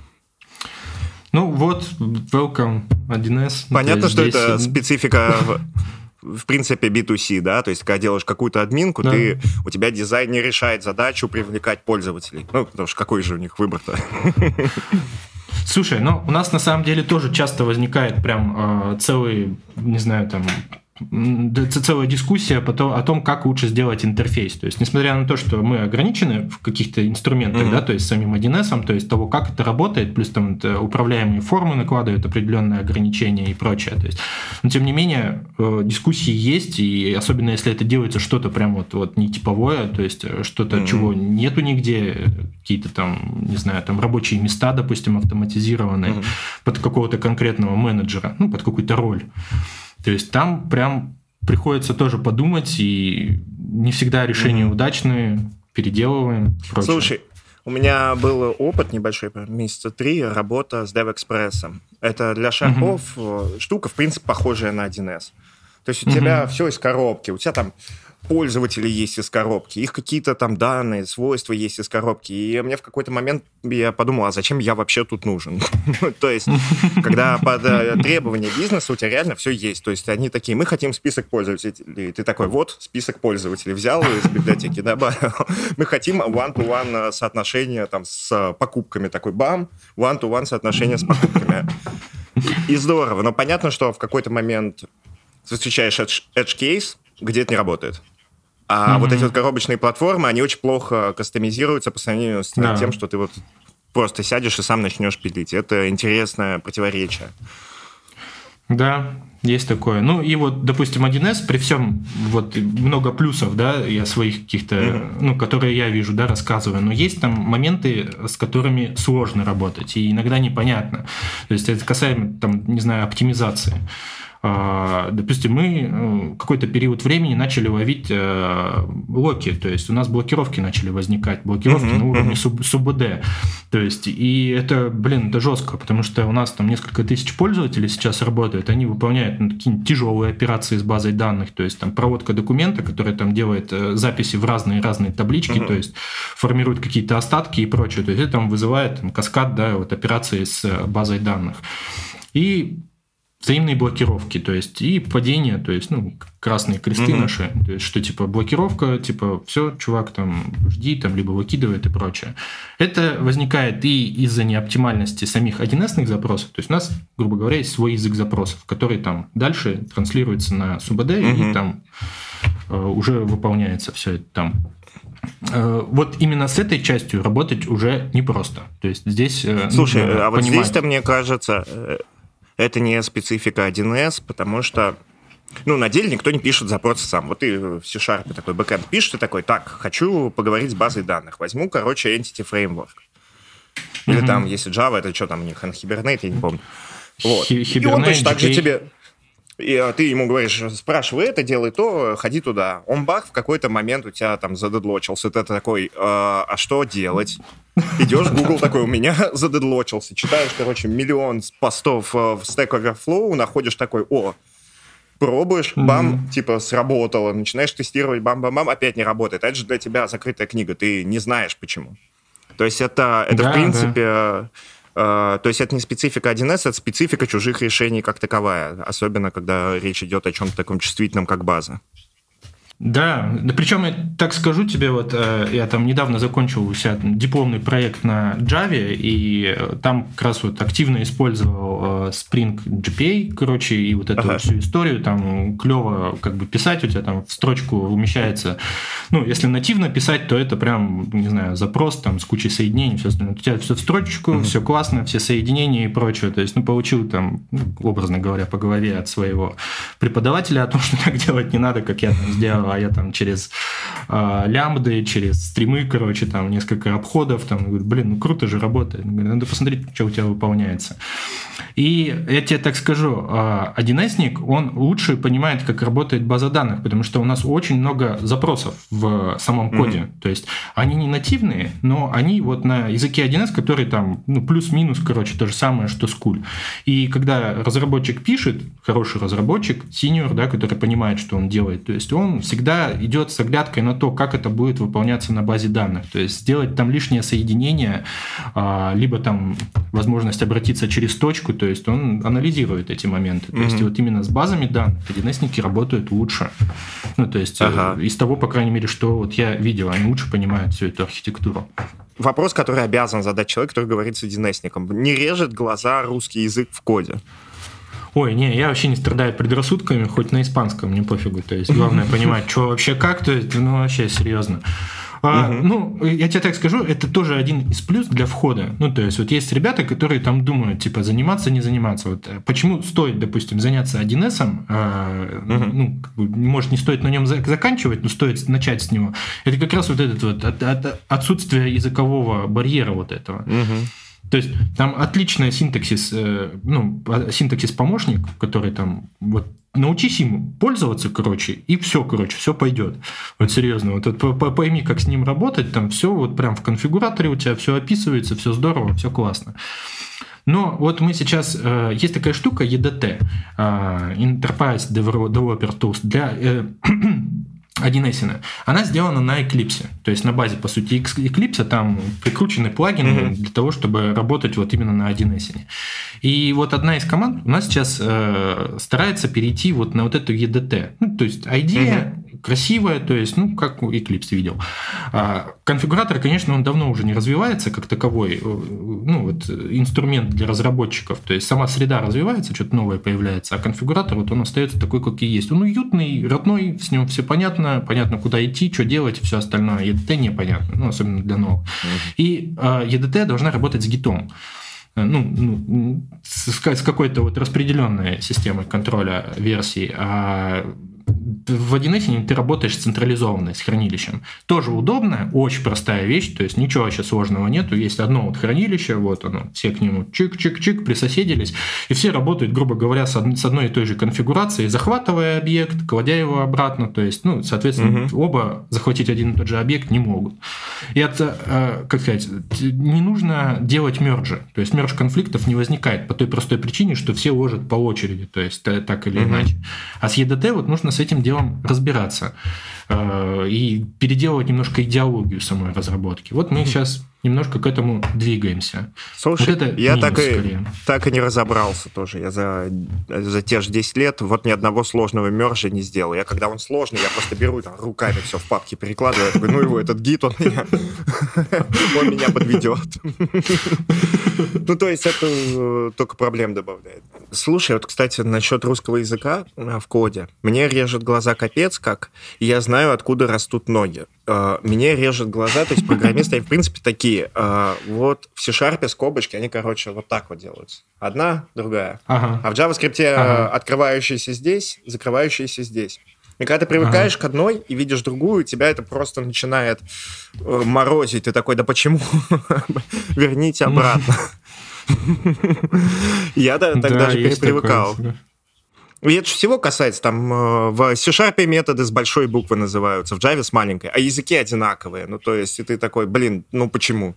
Ну вот, welcome, один эс. Понятно, что это специфика... В принципе, би ту си, да, то есть, когда делаешь какую-то админку, да. ты, у тебя дизайн не решает задачу привлекать пользователей. Ну, потому что какой же у них выбор-то? Слушай, ну, у нас на самом деле тоже часто возникает прям э, целый, не знаю, там... целая дискуссия о том, как лучше сделать интерфейс. То есть, несмотря на то, что мы ограничены в каких-то инструментах, mm-hmm. да, то есть самим один эс, то есть того, как это работает, плюс там это управляемые формы накладывают определенные ограничения и прочее. То есть, но тем не менее, дискуссии есть, и особенно если это делается что-то прям вот, вот не типовое, то есть что-то, mm-hmm. чего нету нигде, какие-то там, не знаю, там рабочие места, допустим, автоматизированные mm-hmm. под какого-то конкретного менеджера, ну, под какую-то роль. То есть там прям приходится тоже подумать, и не всегда решения mm-hmm. удачные, переделываем. Прочее. Слушай, у меня был опыт небольшой, месяца три, работа с DevExpress. Это для шарпов mm-hmm. штука, в принципе, похожая на один эс. То есть у mm-hmm. тебя все из коробки, у тебя там пользователи есть из коробки, их какие-то там данные, свойства есть из коробки. И мне в какой-то момент я подумал, а зачем я вообще тут нужен? То есть, когда под требования бизнеса у тебя реально все есть. То есть, они такие, мы хотим список пользователей. Ты такой, вот, список пользователей. Взял из библиотеки, добавил. Мы хотим one-to-one соотношение там с покупками. Такой, бам, one-to-one соотношение с покупками. И здорово. Но понятно, что в какой-то момент ты встречаешь edge case, где это не работает. А mm-hmm. вот эти вот коробочные платформы, они очень плохо кастомизируются по сравнению с да. тем, что ты вот просто сядешь и сам начнешь пилить. Это интересное противоречие. Да, есть такое. Ну и вот, допустим, один эс, при всем вот много плюсов, да, я своих каких-то, mm-hmm. ну, которые я вижу, да, рассказываю, но есть там моменты, с которыми сложно работать, и иногда непонятно. То есть это касаемо, там, не знаю, оптимизации. Допустим, мы какой-то период времени начали ловить локи, то есть у нас блокировки начали возникать, блокировки uh-huh, на уровне uh-huh. СУБД. То есть, и это, блин, это жестко, потому что у нас там несколько тысяч пользователей сейчас работают, они выполняют ну, такие тяжелые операции с базой данных, то есть там проводка документа, который там делает записи в разные-разные таблички, uh-huh. то есть формирует какие-то остатки и прочее. То есть это там вызывает там, каскад, да, вот, операции с базой данных. И взаимные блокировки, то есть и падение, то есть, ну, красные кресты mm-hmm. наши, то есть, что, типа, блокировка, типа, все, чувак, там, жди, там, либо выкидывает и прочее. Это возникает и из-за неоптимальности самих один эс-ных запросов, то есть у нас, грубо говоря, есть свой язык запросов, который там дальше транслируется на СУБД, mm-hmm. и там э, уже выполняется все это там. Э, вот именно с этой частью работать уже непросто. То есть здесь э, Слушай, а вот понимать... здесь-то, мне кажется... Это не специфика один эс, потому что, ну, на деле никто не пишет запросы сам. Вот ты в C-Sharp такой бэкэнд пишешь, ты такой, так, хочу поговорить с базой данных. Возьму, короче, Entity Framework. Или mm-hmm. там, если Java, это что там у них, Hibernate, я не помню. Вот. Hibernate, и он точно так же тебе... И ты ему говоришь, спрашивай это, делай то, ходи туда. Он бах, в какой-то момент у тебя там задедлочился. Ты такой, а, а что делать? Идешь в Google такой, у меня задедлочился. Читаешь, короче, миллион постов в Stack Overflow, находишь такой, о, пробуешь, бам, mm-hmm. типа, сработало. Начинаешь тестировать, бам-бам-бам, опять не работает. Это же для тебя закрытая книга, ты не знаешь почему. То есть это, это да, в принципе... Да. То есть это не специфика один эс, это специфика чужих решений как таковая, особенно когда речь идет о чем-то таком чувствительном, как база. Да, да, причем я так скажу тебе, вот я там недавно закончил у себя дипломный проект на Java, и там как раз вот активно использовал Spring джи пи эй, короче, и вот эту ага. вот всю историю, там клево как бы писать, у тебя там в строчку умещается, ну, если нативно писать, то это прям, не знаю, запрос там с кучей соединений, все остальное. У тебя все в строчку, mm-hmm. все классно, все соединения и прочее, то есть, ну, получил там, образно говоря, по голове от своего преподавателя о том, что так делать не надо, как я там сделал, а я там через э, лямбды, через стримы, короче, там несколько обходов, там, говорю, блин, ну круто же работает. Говорю, надо посмотреть, что у тебя выполняется. И я тебе так скажу, один эсник, он лучше понимает, как работает база данных, потому что у нас очень много запросов в самом коде. Mm-hmm. То есть они не нативные, но они вот на языке один эс, который там, ну, плюс-минус, короче, то же самое, что скуль. И когда разработчик пишет, хороший разработчик, синьор, да, который понимает, что он делает, то есть он всегда идет с оглядкой на то, как это будет выполняться на базе данных. То есть сделать там лишнее соединение, либо там возможность обратиться через точку, то есть он анализирует эти моменты. То mm-hmm. есть вот именно с базами данных один эсники работают лучше. Ну, то есть ага. из того, по крайней мере, что вот я видел, они лучше понимают всю эту архитектуру. Вопрос, который обязан задать человек, который говорит с один эсником. Не режет глаза русский язык в коде? Ой, не, я вообще не страдаю предрассудками, хоть на испанском, мне пофигу. То есть главное понимать, что вообще как, то есть, ну вообще серьезно. А, uh-huh. Ну, я тебе так скажу, это тоже один из плюс для входа. Ну, то есть вот есть ребята, которые там думают, типа, заниматься, не заниматься. Вот почему стоит, допустим, заняться один эсом, а, uh-huh. ну, как бы, может, не стоит на нем заканчивать, но стоит начать с него. Это как раз вот это вот от, от, отсутствие языкового барьера вот этого. Uh-huh. То есть там отличный синтаксис, ну, синтаксис-помощник, который там вот научись им пользоваться, короче, и все, короче, все пойдет. Вот серьезно, вот пойми, как с ним работать, там все вот прям в конфигураторе у тебя все описывается, все здорово, все классно. Но вот мы сейчас, есть такая штука и ди ти, Enterprise Developer Tools, для один эс. Она сделана на Eclipse, то есть на базе, по сути, Eclipse, там прикручены плагины mm-hmm. для того, чтобы работать вот именно на один эс. И вот одна из команд у нас сейчас э, старается перейти вот на вот эту и ди ти. Ну, то есть идея mm-hmm. красивая, то есть, ну, как Eclipse видел. А конфигуратор, конечно, он давно уже не развивается как таковой, ну, вот инструмент для разработчиков, то есть сама среда развивается, что-то новое появляется, а конфигуратор, вот он остается такой, как и есть. Он уютный, родной, с ним все понятно, понятно, куда идти, что делать, и все остальное. и ди ти непонятно, ну, особенно для новых. Mm-hmm. И э, и ди ти должна работать с гитом. Ну, ну, с, с какой-то вот распределенной системой контроля версий, а в один эс ты работаешь централизованно, с хранилищем. Тоже удобно, очень простая вещь, то есть ничего вообще сложного нету. Есть одно вот хранилище, вот оно, все к нему чик-чик-чик, присоседились, и все работают, грубо говоря, с одной и той же конфигурацией, захватывая объект, кладя его обратно, то есть, ну, соответственно, угу. оба захватить один и тот же объект не могут. И это, как сказать, не нужно делать мерджи, то есть мердж конфликтов не возникает по той простой причине, что все ложат по очереди, то есть так или угу. иначе. А с и ди ти вот нужно с этим делом разбираться. э, и переделывать немножко идеологию самой разработки. Вот мы сейчас немножко к этому двигаемся. Слушай, вот это я минус, так, и, скорее. так и не разобрался тоже. Я за, за те же десять лет вот ни одного сложного мержа не сделал. Я, когда он сложный, я просто беру там, руками все в папке перекладываю. Я такой, ну его, этот гид, он меня, он меня подведет. Ну, то есть это только проблем добавляет. Слушай, вот, кстати, насчет русского языка в коде. Мне режет глаза капец как, и я знаю, откуда растут ноги. Мне режет глаза, то есть программисты, они, в принципе, такие. Вот в C-Sharp скобочки, они, короче, вот так вот делаются. Одна, другая. Ага. А в JavaScript ага. открывающиеся здесь, закрывающиеся здесь. И когда ты привыкаешь ага. к одной и видишь другую, тебя это просто начинает морозить. Ты такой, да почему? Верните обратно. Я тогда же перепривыкал. И это же всего касается, там в C-Sharp методы с большой буквы называются, в Java с маленькой, а языки одинаковые. Ну, то есть, и ты такой, блин, ну почему?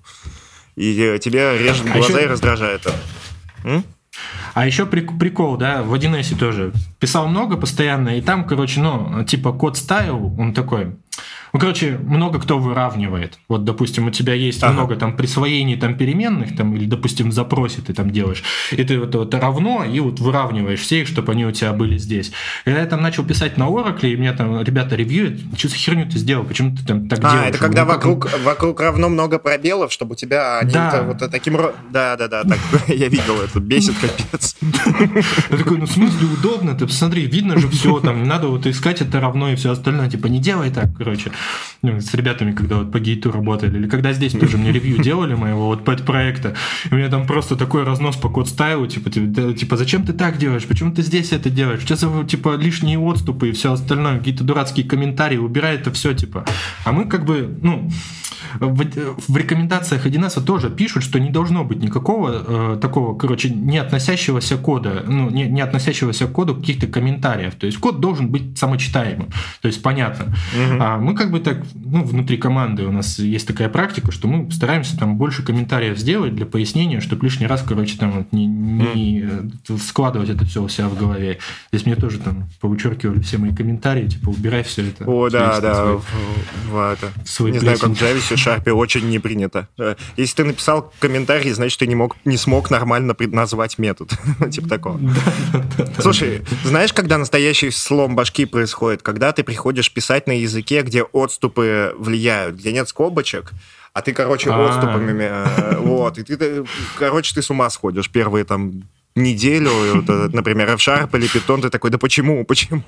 И тебе режет глаза а еще... и раздражает это. М? А еще прикол, да, в один эс тоже. Писал много постоянно, и там, короче, ну, типа код ставил, он такой... Ну, короче, много кто выравнивает. Вот, допустим, у тебя есть ага. много там присвоений там, переменных, там, или, допустим, в запросе ты там делаешь, и ты вот, вот равно, и вот выравниваешь все их, чтобы они у тебя были здесь. Когда я там начал писать на Oracle, и меня там ребята ревьюют, что за херню ты сделал, почему ты там так а, делаешь? А, это когда ну, вокруг, как... вокруг равно много пробелов, чтобы у тебя они да. вот таким... Да-да-да, я видел это, бесит капец. Я такой, ну, в смысле удобно, ты посмотри, видно же все, там, не надо вот искать это равно и все остальное, типа, не делай так, короче. Ну, с ребятами, когда вот по гейту работали, или когда здесь тоже мне ревью делали моего вот пэт-проекта, и у меня там просто такой разнос по код-стайлу, типа, типа, зачем ты так делаешь, почему ты здесь это делаешь, что за, типа, лишние отступы и все остальное, какие-то дурацкие комментарии, убирай это все, типа. А мы как бы, ну, в, в рекомендациях один эс тоже пишут, что не должно быть никакого э, такого, короче, не относящегося кода, ну, не, не относящегося к коду каких-то комментариев, то есть код должен быть самочитаемым, то есть понятно. Mm-hmm. А мы как бы так, ну, внутри команды у нас есть такая практика, что мы стараемся там больше комментариев сделать для пояснения, чтобы лишний раз, короче, там вот не, не mm. складывать это все у себя в голове. Здесь мне тоже там повычеркивали все мои комментарии, типа, убирай все это. О, да, да. Свой, в, это. Свой не знаю, как в Java, в C-Sharp очень не принято. Если ты написал комментарий, значит, ты не, мог, не смог нормально назвать метод. Типа такого. Слушай, знаешь, когда настоящий слом башки происходит? Когда ты приходишь писать на языке, где отступы влияют, где нет скобочек, а ты, короче, А-а-а. отступами... Вот, и ты, короче, ты с ума сходишь первые там неделю, вот, например, F-Sharp или Python, ты такой, да почему, почему?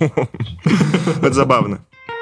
Это забавно.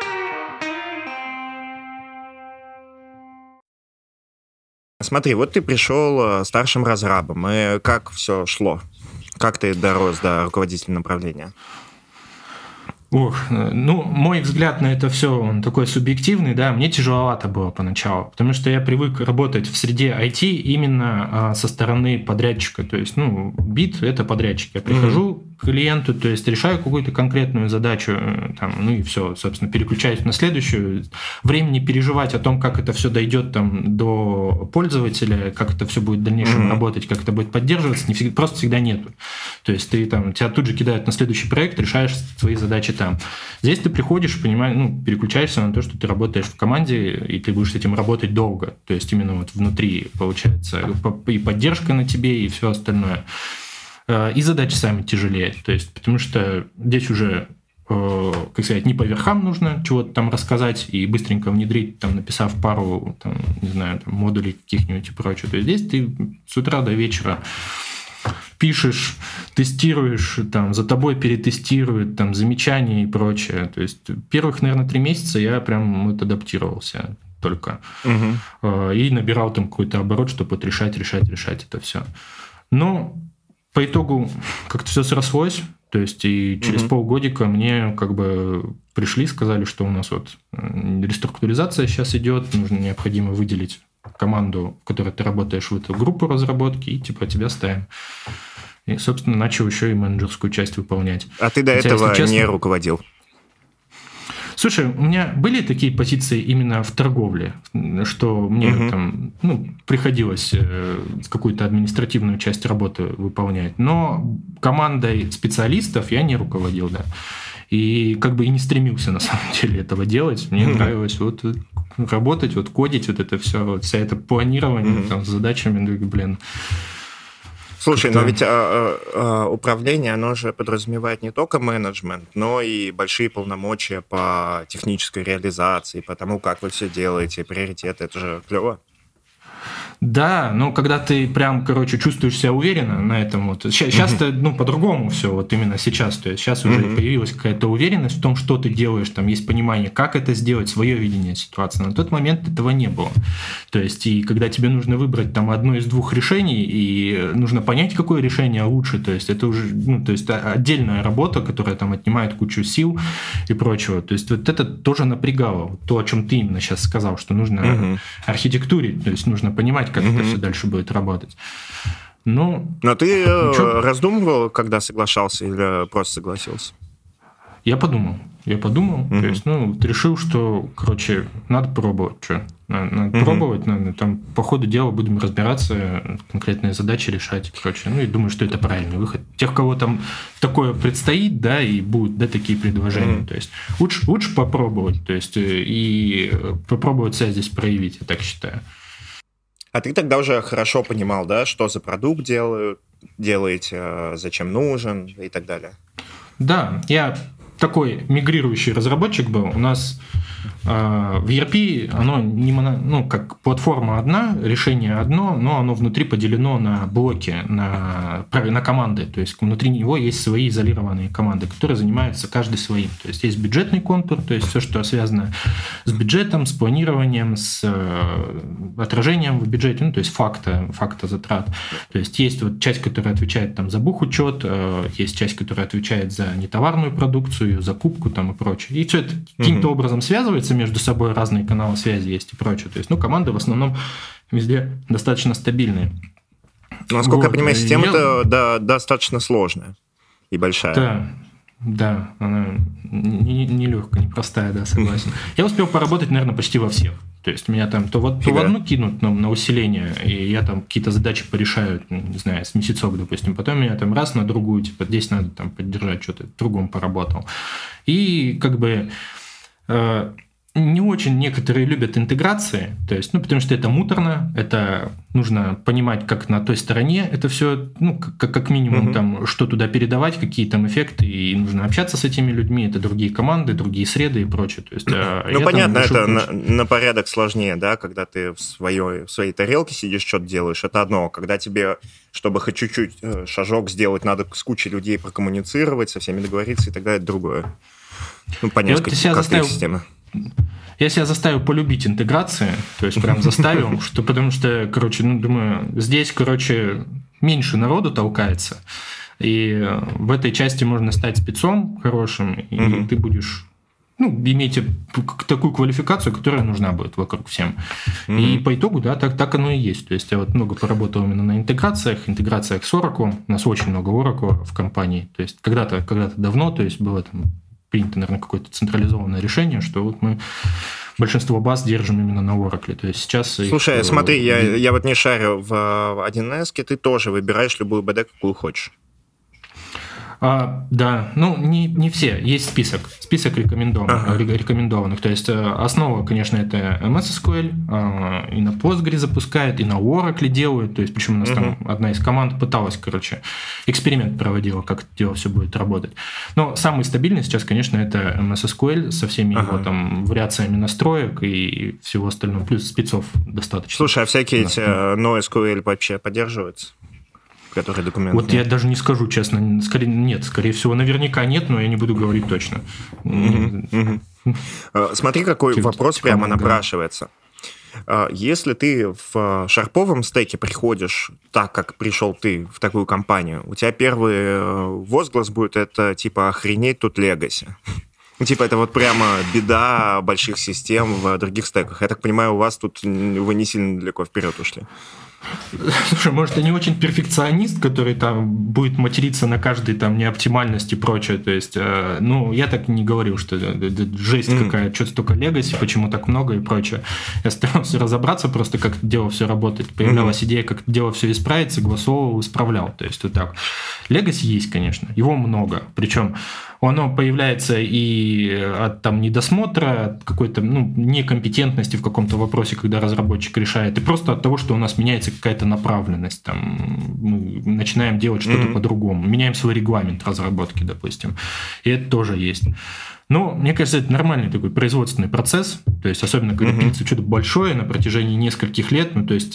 Смотри, вот ты пришел старшим разрабом, и как все шло? Как ты дорос до руководителя направления? Ох, ну, мой взгляд на это все, он такой субъективный, да, мне тяжеловато было поначалу, потому что я привык работать в среде ай ти именно а, со стороны подрядчика, то есть, ну, бит — это подрядчик, я прихожу mm-hmm. к клиенту, то есть решаю какую-то конкретную задачу, там, ну и все, собственно, переключаюсь на следующую, времени переживать о том, как это все дойдет там до пользователя, как это все будет в дальнейшем mm-hmm. работать, как это будет поддерживаться, не всегда, просто всегда нету, то есть ты там, тебя тут же кидают на следующий проект, решаешь свои задачи там. Здесь ты приходишь, понимаешь, ну, переключаешься на то, что ты работаешь в команде, и ты будешь с этим работать долго. То есть именно вот внутри, получается, и поддержка на тебе, и все остальное. И задачи сами тяжелее. То есть, потому что здесь уже, как сказать, не по верхам нужно чего-то там рассказать и быстренько внедрить, там, написав пару, там, не знаю, там, модулей каких-нибудь и прочее. То есть здесь ты с утра до вечера пишешь, тестируешь, там, за тобой перетестируют, там, замечания и прочее. То есть первых, наверное, три месяца я прям вот адаптировался только. Угу. И набирал там какой-то оборот, чтобы вот решать, решать, решать это все. Но по итогу как-то все срослось. То есть и через угу. полгодика мне как бы пришли, сказали, что у нас вот реструктуризация сейчас идет, нужно необходимо выделить команду, в которой ты работаешь, в эту группу разработки, и типа тебя ставим. И, собственно, начал еще и менеджерскую часть выполнять. А ты до Хотя, этого честно, не руководил? Слушай, у меня были такие позиции именно в торговле, что мне угу. там, ну, приходилось какую-то административную часть работы выполнять, но командой специалистов я не руководил, да. И как бы и не стремился на самом деле этого делать. Мне mm-hmm. нравилось вот работать, вот кодить, вот это все, вот вся это планирование mm-hmm. там, с задачами, блин. Слушай, но ведь а, а, управление, оно же подразумевает не только менеджмент, но и большие полномочия по технической реализации, по тому, как вы все делаете, приоритеты, это же клево. Да, но когда ты прям, короче, чувствуешь себя уверенно на этом, вот сейчас-то, mm-hmm. ну, по-другому все, вот именно сейчас, то есть сейчас уже mm-hmm. появилась какая-то уверенность в том, что ты делаешь, там есть понимание, как это сделать, свое видение ситуации. На тот момент этого не было. То есть, и когда тебе нужно выбрать там одно из двух решений, и нужно понять, какое решение лучше, то есть это уже, ну, то есть отдельная работа, которая там отнимает кучу сил и прочего. То есть вот это тоже напрягало, то, о чем ты именно сейчас сказал, что нужно mm-hmm. архитектурить, то есть нужно понимать, как mm-hmm. это все дальше будет работать. Ну, Но ты ничего. раздумывал, когда соглашался, или просто согласился? Я подумал. Я подумал, mm-hmm. то есть, ну, вот решил, что, короче, надо пробовать, что. Надо, надо mm-hmm. пробовать, надо, там, по ходу дела будем разбираться, конкретные задачи решать, короче. Ну, и думаю, что это правильный выход. Тех, кого там такое предстоит, да, и будут, да, такие предложения. Mm-hmm. То есть, лучше, лучше попробовать, то есть, и попробовать себя здесь проявить, я так считаю. А ты тогда уже хорошо понимал, да, что за продукт делают, делаете, зачем нужен и так далее? Да, я такой мигрирующий разработчик был. У нас э, в и ар пи оно не моно, ну, как платформа одна, решение одно, но оно внутри поделено на блоки, на, на команды. То есть внутри него есть свои изолированные команды, которые занимаются каждый своим. То есть есть бюджетный контур, то есть все, что связано с бюджетом, с планированием, с э, отражением в бюджете, ну, то есть факта, факта затрат. То есть есть вот часть, которая отвечает там, за бухучет, э, есть часть, которая отвечает за нетоварную продукцию, закупку там и прочее. И все это каким-то mm-hmm. образом связывается между собой, разные каналы связи есть и прочее. То есть, ну, команды в основном везде достаточно стабильные. Насколько вот. я понимаю, система-то я... да, достаточно сложная и большая. Да, да, она нелегкая, не непростая, да, согласен. Я успел поработать, наверное, почти во всех. То есть меня там то в, то в одну кинут на, на усиление, и я там какие-то задачи порешаю, не знаю, с месяцок, допустим. Потом меня там раз на другую, типа, здесь надо там поддержать, что-то в другом поработал. И как бы э, не очень некоторые любят интеграции, то есть, ну, потому что это муторно, это нужно понимать, как на той стороне это все, ну, как, как минимум, mm-hmm. там, что туда передавать, какие там эффекты, и нужно общаться с этими людьми, это другие команды, другие среды и прочее. То есть, ну, понятно, это на, на порядок сложнее, да, когда ты в своей, в своей тарелке сидишь, что-то делаешь, это одно. Когда тебе, чтобы хоть чуть-чуть шажок сделать, надо с кучей людей прокоммуницировать, со всеми договориться и так далее, это другое. Ну, понятно, как, как заставил... система. Я себя заставил полюбить интеграции, то есть прям заставил, что, потому что, короче, ну, думаю, здесь, короче, меньше народу толкается, и в этой части можно стать спецом хорошим, и mm-hmm. ты будешь, ну, иметь такую квалификацию, которая нужна будет вокруг всем. Mm-hmm. И по итогу, да, так, так оно и есть. То есть я вот много поработал именно на интеграциях, интеграциях с Oracle, у нас очень много Oracle в компании, то есть когда-то, когда-то давно, то есть было там принято, наверное, какое-то централизованное решение, что вот мы большинство баз держим именно на Oracle. То есть сейчас... Слушай, их... смотри, я, я вот не шарю в один эс, ты тоже выбираешь любую би ди, какую хочешь. А, да, ну не, не все, есть список, список рекомендованных, ага. рекомендованных. То есть основа, конечно, это эм эс эс ку эль, и на Postgre запускают, и на Oracle делают. То есть, причем у нас угу. там одна из команд пыталась, короче, эксперимент проводила, как это дело все будет работать. Но самый стабильный сейчас, конечно, это эм эс эс ку эль со всеми ага. его там вариациями настроек и всего остального, плюс спецов достаточно. Слушай, а всякие эти NoSQL вообще поддерживаются? Которые документы. Вот я даже не скажу честно, скорее нет, скорее всего, наверняка нет, но я не буду говорить точно. Mm-hmm. Mm-hmm. Смотри, какой типа, вопрос типа прямо напрашивается. Если ты в шарповом стеке приходишь так, как пришел ты в такую компанию, у тебя первый возглас будет это типа охренеть тут легаси. Типа это вот прямо беда больших систем в других стеках. Я так понимаю, у вас тут вы не сильно далеко вперед ушли. Слушай, может, я не очень перфекционист, который там будет материться на каждой там неоптимальности и прочее. То есть, э, ну, я так не говорил, что жесть mm. какая, что-то столько легаси, почему так много и прочее. Я старался разобраться просто, как это дело все работает. Появлялась mm-hmm. идея, как это дело все исправить, согласовывал, исправлял. То есть, вот так. Легаси есть, конечно, его много. Причем Оно появляется и от там, недосмотра, от какой-то ну, некомпетентности в каком-то вопросе, когда разработчик решает, и просто от того, что у нас меняется какая-то направленность. Там, мы начинаем делать что-то mm-hmm. по-другому, меняем свой регламент разработки, допустим. И это тоже есть. Но, мне кажется, это нормальный такой производственный процесс, то есть особенно когда mm-hmm. пилится что-то большое на протяжении нескольких лет, ну, то есть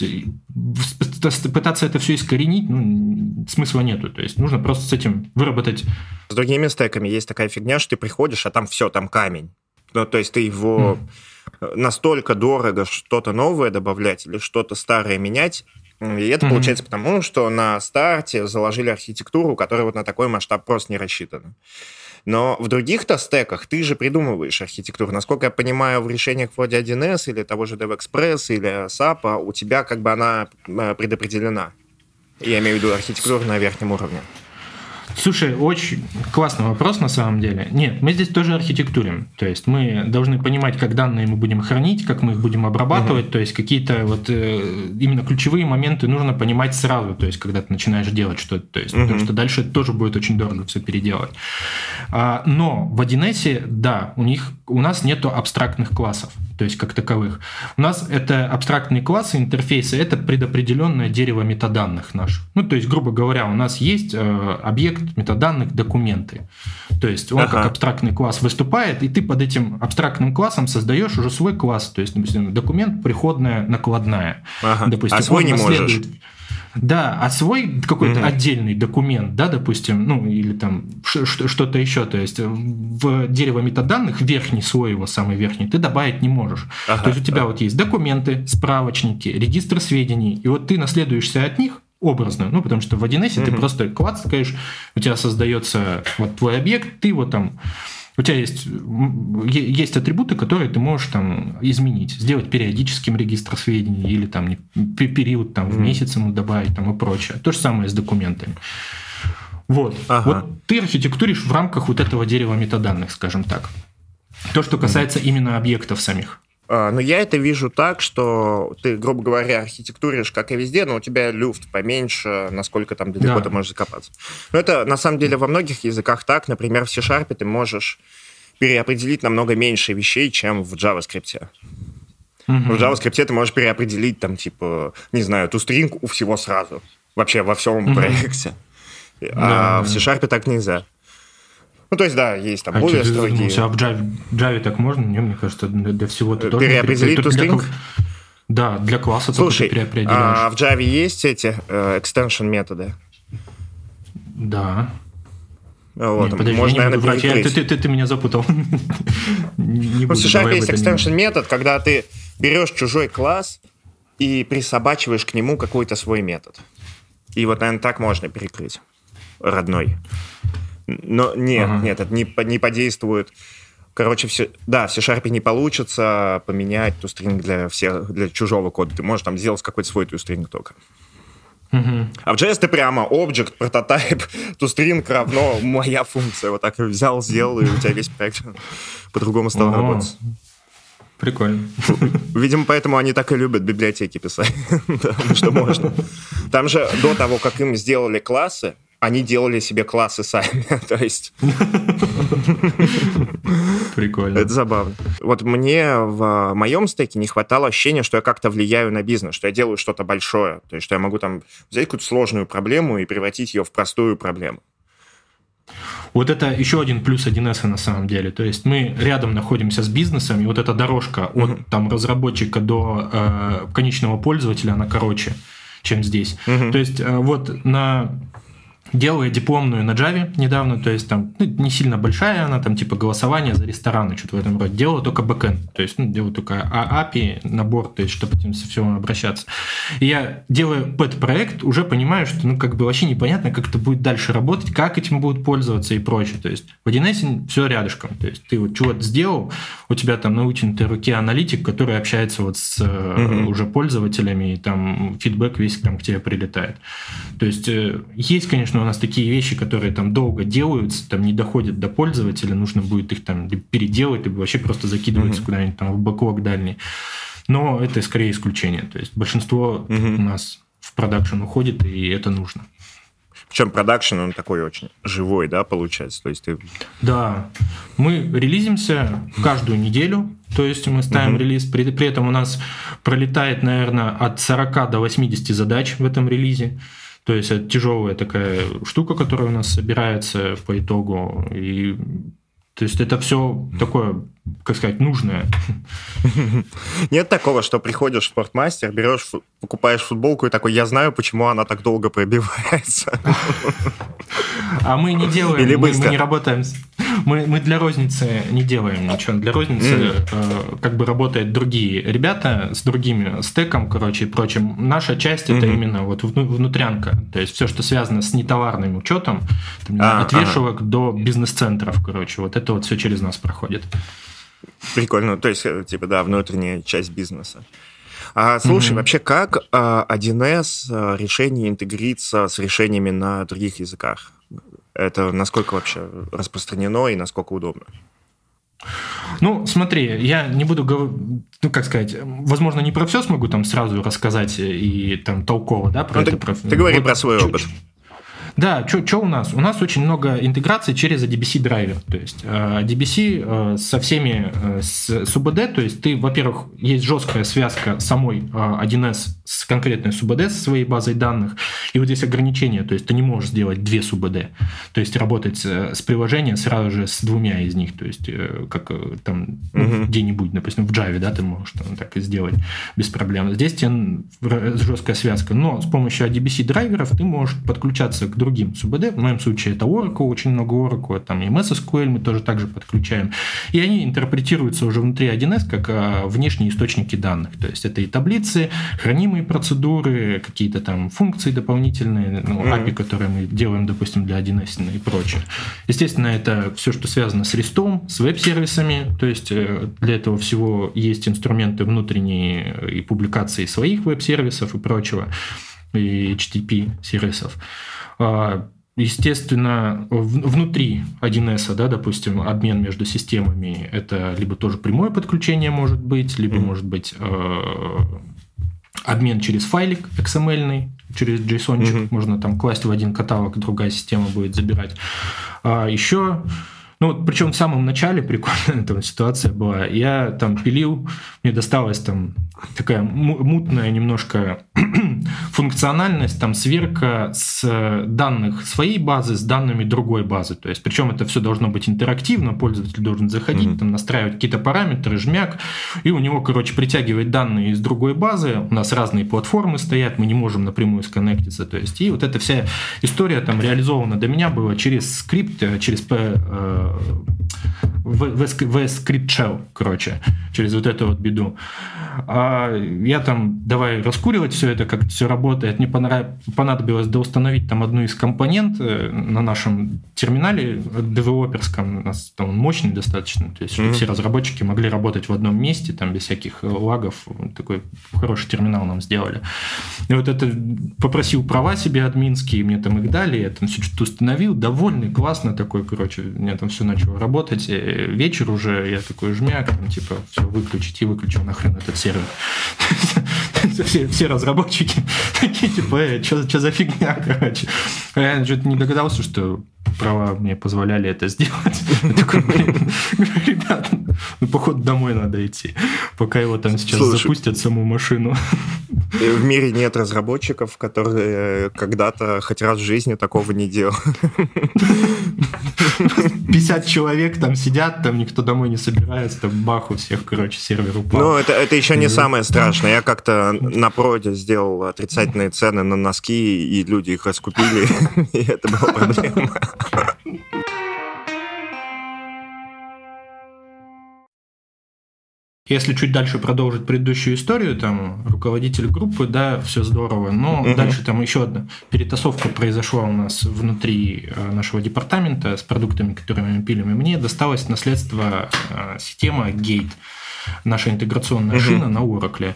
пытаться это все искоренить, ну, смысла нету, то есть нужно просто с этим выработать. С другими стеками есть такая фигня, что ты приходишь, а там все, там камень. Ну, то есть ты его mm. настолько дорого что-то новое добавлять или что-то старое менять, и это mm-hmm. получается потому, что на старте заложили архитектуру, которая вот на такой масштаб просто не рассчитана. Но в других-то стеках ты же придумываешь архитектуру. Насколько я понимаю, в решениях вроде один эс или того же DevExpress или сапа у тебя как бы она предопределена. Я имею в виду архитектуру на верхнем уровне. Слушай, очень классный вопрос на самом деле. Нет, мы здесь тоже архитектурим. То есть мы должны понимать, как данные мы будем хранить, как мы их будем обрабатывать. Uh-huh. То есть какие-то вот э, именно ключевые моменты нужно понимать сразу, то есть когда ты начинаешь делать что-то. То есть, uh-huh. Потому что дальше тоже будет очень дорого все переделать. А, но в один эс, да, у них у нас нету абстрактных классов, то есть как таковых. У нас это абстрактные классы, интерфейсы, это предопределенное дерево метаданных наших. Ну, то есть, грубо говоря, у нас есть э, объект метаданных документы. То есть он ага. как абстрактный класс выступает, и ты под этим абстрактным классом создаешь уже свой класс. То есть, допустим, документ приходная накладная. Ага. Допустим, а свой не можешь. Да, а свой какой-то угу. отдельный документ, да, допустим, ну или там что-то еще, то есть в дерево метаданных верхний слой его, самый верхний, ты добавить не можешь. Ага. То есть у тебя ага. вот есть документы, справочники, регистр сведений, и вот ты наследуешься от них образно, ну потому что в один эс угу. ты просто клацкаешь, у тебя создается вот твой объект, ты его там... У тебя есть, есть атрибуты, которые ты можешь там изменить, сделать периодическим регистр сведений или там период там, в месяц ему добавить там, и прочее. То же самое с документами. Вот. Ага. Вот ты архитектуришь в рамках вот этого дерева метаданных, скажем так. То, что касается mm. именно объектов самих. А, но я это вижу так, что ты, грубо говоря, архитектуришь, как и везде, но у тебя люфт поменьше, насколько там далеко да. ты можешь закопаться. Но это, на самом деле, во многих языках так. Например, в C-Sharp ты можешь переопределить намного меньше вещей, чем в JavaScript. Mm-hmm. В JavaScript ты можешь переопределить, там, типа, не знаю, toString у всего сразу. Вообще во всем mm-hmm. проекте. А да, в C-Sharp так нельзя. Ну, то есть, да, есть там а более строгие... А в Java, Java так можно? Не, мне кажется, для, для всего ты тоже... Переопределить toString? Да, для класса Слушай, только ты переопределяешь. А в Java есть эти э, extension методы? Да. Вот, Нет, подожди, можно, наверное, врать. Я, ты, ты, ты, ты меня запутал. Ну, в C-Sharp есть extension метод, когда ты берешь чужой класс и присобачиваешь к нему какой-то свой метод. И вот, наверное, так можно перекрыть родной. Но нет, ага. нет, это не, не подействует. Короче, все, да, в C-Sharp не получится поменять toString для, всех, для чужого кода. Ты можешь там сделать какой-то свой toString только. Угу. А в джей эс ты прямо object, прототип, toString равно моя функция. Вот так взял, сделал, и у тебя весь проект по-другому стал О, работать. Прикольно. Видимо, поэтому они так и любят библиотеки писать. Что можно. Там же до того, как им сделали классы, они делали себе классы сами, то есть... Прикольно. Это забавно. Вот мне в моем стеке не хватало ощущения, что я как-то влияю на бизнес, что я делаю что-то большое, то есть что я могу там взять какую-то сложную проблему и превратить ее в простую проблему. Вот это еще один плюс один эс на самом деле. То есть мы рядом находимся с бизнесом, и вот эта дорожка от uh-huh. там, разработчика до э, конечного пользователя, она короче, чем здесь. Uh-huh. То есть э, вот на... Делаю дипломную на Java недавно, то есть там ну, не сильно большая она, там типа голосование за рестораны, что-то в этом роде. Делала только бэкэнд, то есть ну, делаю только эй пи ай, набор, то есть чтобы этим со всем обращаться. И я делаю пэт-проект, уже понимаю, что ну как бы вообще непонятно, как это будет дальше работать, как этим будут пользоваться и прочее. То есть в один эс все рядышком. То есть ты вот чего-то сделал, у тебя там на вытянутой руке аналитик, который общается вот с mm-hmm. уже пользователями, и там фидбэк весь там к тебе прилетает. То есть есть, конечно, у нас такие вещи, которые там долго делаются, там не доходят до пользователя, нужно будет их там переделать, либо вообще просто закидываться mm-hmm. куда-нибудь там в бэклог дальний. Но это скорее исключение. То есть большинство mm-hmm. у нас в продакшн уходит, и это нужно. Причем продакшн, он такой очень живой, да, получается? То есть ты... Да, мы релизимся каждую неделю, то есть мы ставим uh-huh. релиз, при, при этом у нас пролетает, наверное, от сорока до восьмидесяти задач в этом релизе. То есть это тяжелая такая штука, которая у нас собирается по итогу. И, то есть это все такое, как сказать, нужное. Нет такого, что приходишь в Спортмастер, берешь, покупаешь футболку и такой, я знаю, почему она так долго пробивается. А мы не делаем, мы, мы не работаем, мы, мы для розницы не делаем ничего. Для розницы mm. э, как бы работают другие ребята с другими стеком, короче, и прочим. Наша часть mm-hmm. это именно вот внутрянка, то есть все, что связано с нетоварным учетом, там, а, от вешалок ага. до бизнес-центров, короче, вот это вот все через нас проходит. Прикольно, то есть, типа, да, внутренняя часть бизнеса. А, слушай, mm-hmm. вообще, как а, один эс а, решение интегрится с решениями на других языках? Это насколько вообще распространено и насколько удобно? Ну, смотри, я не буду говорить, ну, как сказать, возможно, не про все смогу там сразу рассказать и там толково, да, про ну, это. Ты, про... ты говори вот, про свой чуть, опыт. Да, что у нас? У нас очень много интеграций через эй ди би си драйвер. То есть эй ди би си со всеми, с, с УБД, то есть ты, во-первых, есть жесткая связка самой один эс с конкретной СУБД, со своей базой данных, и вот здесь ограничения, то есть ты не можешь сделать две СУБД, то есть работать с приложением сразу же с двумя из них, то есть как там ну, где-нибудь, допустим, в Java, да, ты можешь там, так и сделать без проблем. Здесь тебе жесткая связка, но с помощью эй ди би си драйверов ты можешь подключаться к другим СУБД, в моем случае это Oracle, очень много Oracle, там и эм эс эс кью эль мы тоже также подключаем, и они интерпретируются уже внутри один эс как внешние источники данных, то есть это и таблицы, хранимые процедуры, какие-то там функции дополнительные, ну, эй пи ай, которые мы делаем, допустим, для один эс и прочее. Естественно, это все, что связано с рестом, с веб-сервисами, то есть для этого всего есть инструменты внутренние и публикации своих веб-сервисов и прочего, и эйч ти ти пи-сервисов. Естественно, внутри один эс, да, допустим, обмен между системами, это либо тоже прямое подключение может быть, либо mm-hmm. может быть э, обмен через файлик икс эм эль-ный, через JSON-чик, mm-hmm. можно там класть в один каталог, другая система будет забирать. А еще, ну, причем в самом начале прикольная там ситуация была, я там пилил, мне досталась там такая мутная немножко функциональность, там сверка с данных своей базы с данными другой базы. То есть, причем это все должно быть интерактивно, пользователь должен заходить, mm-hmm. там, настраивать какие-то параметры, жмяк, и у него, короче, притягивать данные из другой базы. У нас разные платформы стоят, мы не можем напрямую сконнектиться. То есть, и вот эта вся история там реализована до меня была через скрипт, через ви эс Script Shell, короче, через вот эту вот беду. А я там, давай раскуривать все это, как все работает. Мне понадобилось доустановить там одну из компонент на нашем терминале девелоперском. У нас там он мощный достаточно, то есть чтобы mm-hmm. все разработчики могли работать в одном месте, там без всяких лагов. Такой хороший терминал нам сделали. И вот это попросил права себе админские, мне там их дали, я там все что-то установил, довольный, классно такой, короче, у меня там все начало работать. И вечер уже, я такой жмяк, там, типа, все выключить, и выключил нахрен этот сервер. Все, все разработчики такие, типа, э, что за фигня, короче. А я что-то не догадался, что права мне позволяли это сделать. Я такой, блин, ребята, ну, походу, домой надо идти, пока его там сейчас Слушай, запустят, саму машину. В мире нет разработчиков, которые когда-то хоть раз в жизни такого не делали. пятьдесят человек там сидят, там никто домой не собирается, там бах, у всех, короче, сервер упал. Ну, это, это еще не самое страшное. Я как-то на проде сделал отрицательные цены на носки, и люди их раскупили, и это была проблема. Если чуть дальше продолжить предыдущую историю, там руководитель группы, да, все здорово, но mm-hmm. дальше там еще одна перетасовка произошла у нас внутри нашего департамента с продуктами, которыми мы пилим, и мне досталось наследство система Gate, наша интеграционная mm-hmm. шина на Oracle.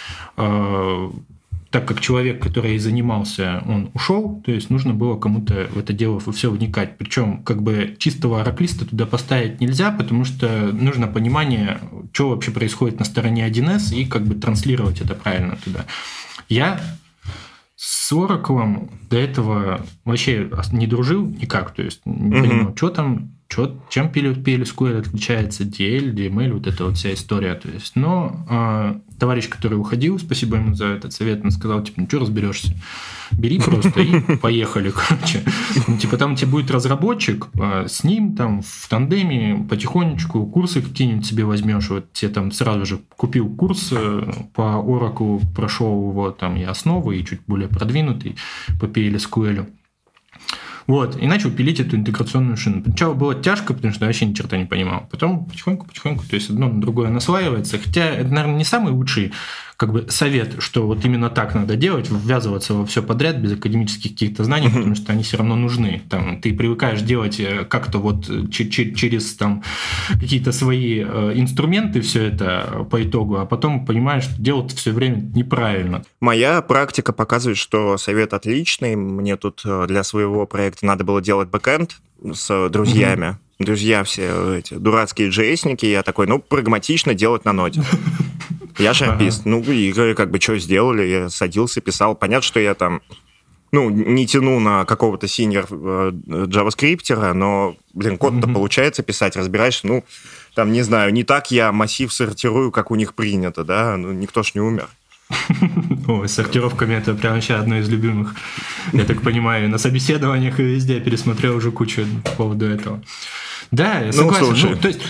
Так как человек, который занимался, он ушел, то есть нужно было кому-то в это дело во все вникать. Причем как бы чистого ораклиста туда поставить нельзя, потому что нужно понимание, что вообще происходит на стороне один эс и как бы транслировать это правильно туда. Я с Oracle до этого вообще не дружил никак, то есть не mm-hmm. понимал, что там, что, чем пи эл эс кью эль отличается, ди эл, ди эм эл, вот эта вот вся история. То есть, но э, товарищ, который уходил, спасибо ему за этот совет, он сказал, типа, ну что разберешься, бери просто и поехали, короче. Ну, типа, там тебе будет разработчик, э, с ним там в тандеме потихонечку курсы какие-нибудь себе возьмешь, вот тебе там сразу же купил курс э, по Oracle, прошел его там и основы, и чуть более продвинутый по пи эл эс кью эль. Вот, и начал пилить эту интеграционную шину. Сначала было тяжко, потому что я вообще ни черта не понимал. Потом потихоньку-потихоньку, то есть одно на другое наслаивается. Хотя это, наверное, не самый лучший как бы совет, что вот именно так надо делать, ввязываться во все подряд без академических каких-то знаний, mm-hmm. потому что они все равно нужны. Там, ты привыкаешь делать как-то вот через там, какие-то свои инструменты все это по итогу, а потом понимаешь, что делать все время неправильно. Моя практика показывает, что совет отличный. Мне тут для своего проекта надо было делать бэкэнд с друзьями. Mm-hmm. Друзья все эти дурацкие джейсники. Я такой, ну, прагматично делать на ноде. Я шарпист. Ага. Ну, и как бы что сделали? Я садился, писал. Понятно, что я там, ну, не тяну на какого-то синьор джаваскриптера, но, блин, код-то mm-hmm. получается писать, разбираешься. Ну, там, не знаю, не так я массив сортирую, как у них принято, да? Ну, никто ж не умер. Ой, с сортировками это прям вообще одно из любимых. Я так понимаю, на собеседованиях и везде пересмотрел уже кучу по поводу этого. Да, я согласен. Ну, ну, то есть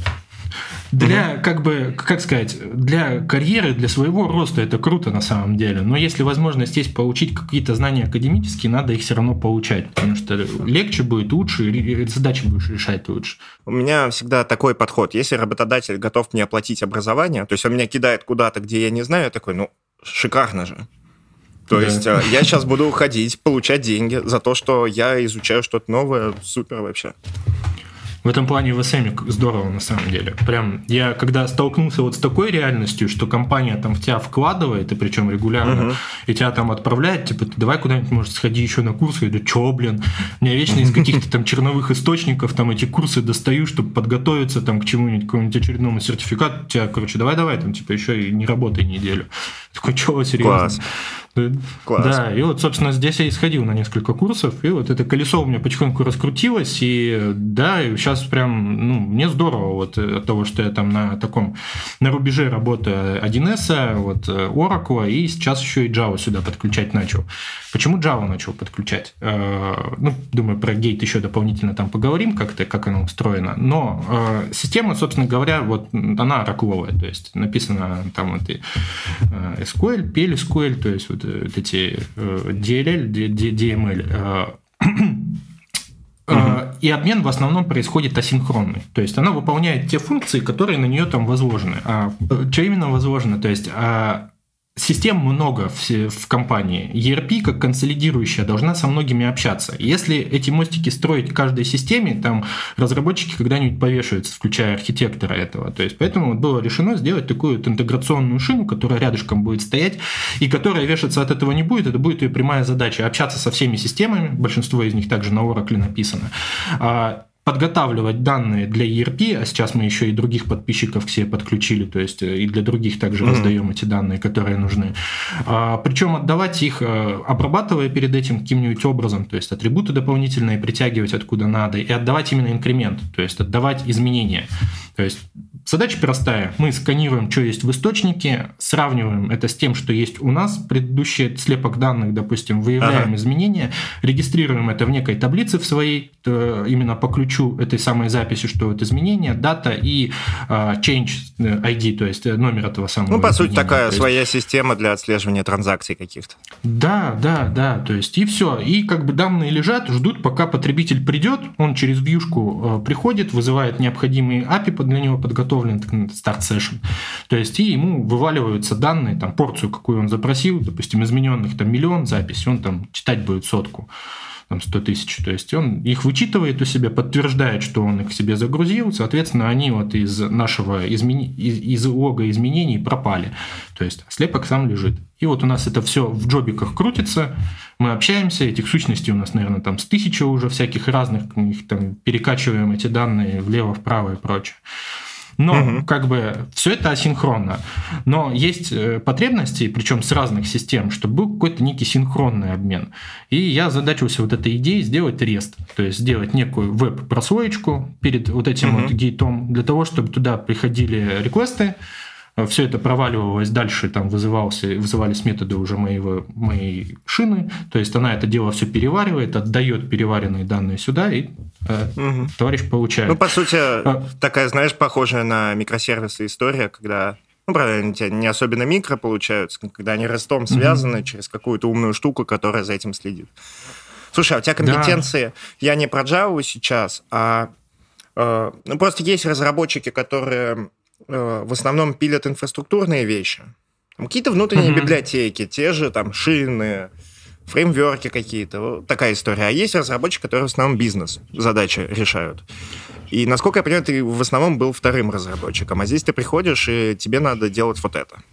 для, угу. как бы, как сказать, для карьеры, для своего роста это круто на самом деле. Но если возможность есть получить какие-то знания академические, надо их все равно получать, потому что легче будет, лучше, задачи будешь решать лучше. У меня всегда такой подход. Если работодатель готов мне оплатить образование, то есть он меня кидает куда-то, где я не знаю, я такой, ну, шикарно же. То да. есть я сейчас буду уходить, получать деньги за то, что я изучаю что-то новое. Супер вообще. В этом плане в эс эм здорово, на самом деле. Прям я, когда столкнулся вот с такой реальностью, что компания там в тебя вкладывает, и причем регулярно, uh-huh. и тебя там отправляет, типа, ты давай куда-нибудь, может, сходи еще на курсы. Я говорю, чё, блин? Мне вечно из каких-то там черновых источников там эти курсы достаю, чтобы подготовиться там к чему-нибудь, к какому-нибудь очередному сертификату. Тебя, короче, давай-давай, там, типа, еще и не работай неделю. Такой, чё, серьезно? Класс. Класс. Да, и вот, собственно, здесь я и сходил на несколько курсов, и вот это колесо у меня потихоньку раскрутилось, и да, и сейчас прям, ну, мне здорово вот от того, что я там на таком, на рубеже работаю один эс, вот Oracle, и сейчас еще и Java сюда подключать начал. Почему Java начал подключать? Ну, думаю, про гейт еще дополнительно там поговорим, как-то, как оно устроено, но система, собственно говоря, вот она ракловая, то есть написано там вот эс кью эль, пи эл эс кью эль, то есть вот эти ди эл эл, ди эм эл, uh-huh. и обмен в основном происходит асинхронный. То есть она выполняет те функции, которые на нее там возложены. А что именно возложено? То есть систем много в, в компании. и ар пи, как консолидирующая, должна со многими общаться. Если эти мостики строить в каждой системе, там разработчики когда-нибудь повешаются, включая архитектора этого. То есть поэтому было решено сделать такую вот интеграционную шину, которая рядышком будет стоять, и которая вешаться от этого не будет. Это будет ее прямая задача. Общаться со всеми системами, большинство из них также на Oracle написано, подготавливать данные для и ар пи, а сейчас мы еще и других подписчиков к себе подключили, то есть и для других также mm-hmm. раздаем эти данные, которые нужны. А, причем отдавать их, обрабатывая перед этим каким-нибудь образом, то есть атрибуты дополнительные притягивать откуда надо, и отдавать именно инкремент, то есть отдавать изменения. То есть задача простая. Мы сканируем, что есть в источнике, сравниваем это с тем, что есть у нас, предыдущий слепок данных, допустим, выявляем ага. изменения, регистрируем это в некой таблице в своей, именно по ключу этой самой записи, что вот изменение, дата и uh, change ай ди, то есть номер этого самого Ну, по изменения. сути, такая есть... своя система для отслеживания транзакций каких-то. Да, да, да, то есть и все. И как бы данные лежат, ждут, пока потребитель придет, он через вьюшку uh, приходит, вызывает необходимые эй пи ай для него подготовлен, start session, то есть и ему вываливаются данные, там порцию, какую он запросил, допустим, измененных там миллион записей, он там читать будет сотку. Там сто тысяч, то есть он их вычитывает у себя, подтверждает, что он их к себе загрузил, соответственно, они вот из нашего измени... из, из лога изменений пропали, то есть слепок сам лежит. И вот у нас это все в джобиках крутится, мы общаемся, этих сущностей у нас, наверное, там с тысячи уже всяких разных, мы их там перекачиваем эти данные влево, вправо и прочее. Но угу. как бы все это асинхронно. Но есть потребности, причем с разных систем, чтобы был какой-то некий синхронный обмен. И я озадачился вот этой идеей сделать REST, то есть сделать некую веб-прослоечку перед вот этим угу. вот гейтом, для того, чтобы туда приходили реквесты, все это проваливалось дальше, там вызывался, вызывались методы уже моего, моей шины, то есть она это дело все переваривает, отдает переваренные данные сюда, и э, угу. товарищ получает. Ну, по сути, а... такая, знаешь, похожая на микросервисы история, когда, ну, правда, у тебя не особенно микро получаются, когда они рестом связаны угу. через какую-то умную штуку, которая за этим следит. Слушай, а у тебя компетенции, да. я не про Java сейчас, а э, ну, просто есть разработчики, которые... в основном пилят инфраструктурные вещи. Там какие-то внутренние uh-huh. библиотеки, те же там шины, фреймворки какие-то. Вот такая история. А есть разработчики, которые в основном бизнес задачи решают. И, насколько я понимаю, ты в основном был вторым разработчиком. А здесь ты приходишь, и тебе надо делать вот это.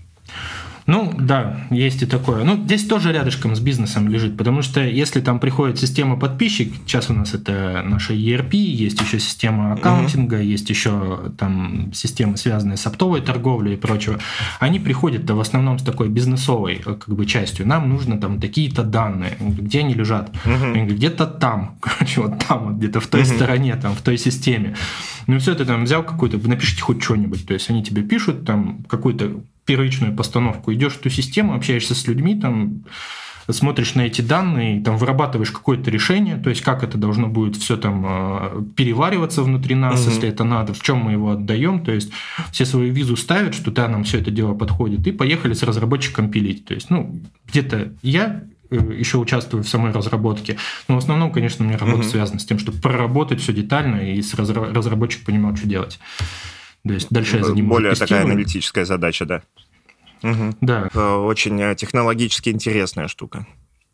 Ну, да, есть и такое. Ну, здесь тоже рядышком с бизнесом лежит, потому что если там приходит система подписчик, сейчас у нас это наша и эр пи, есть еще система аккаунтинга, mm-hmm. есть еще там системы, связанные с оптовой торговлей и прочего, они приходят-то в основном с такой бизнесовой как бы частью. Нам нужно там такие-то данные, где они лежат? Mm-hmm. Где-то там, короче, вот там, вот где-то в той mm-hmm. стороне, там, в той системе. Ну, все, ты там взял какую-то, напишите хоть что-нибудь, то есть они тебе пишут там какую-то первичную постановку, идешь в ту систему, общаешься с людьми, там, смотришь на эти данные, там, вырабатываешь какое-то решение, то есть как это должно будет все там перевариваться внутри нас, mm-hmm. если это надо, в чем мы его отдаем, то есть все свою визу ставят, что да, нам все это дело подходит, и поехали с разработчиком пилить. То есть, ну, где-то я еще участвую в самой разработке, но в основном, конечно, у меня работа mm-hmm. связана с тем, чтобы проработать все детально, и разработчик понимал, что делать. То есть дальше я за ним более такая аналитическая задача, да. Угу. Да. Очень технологически интересная штука.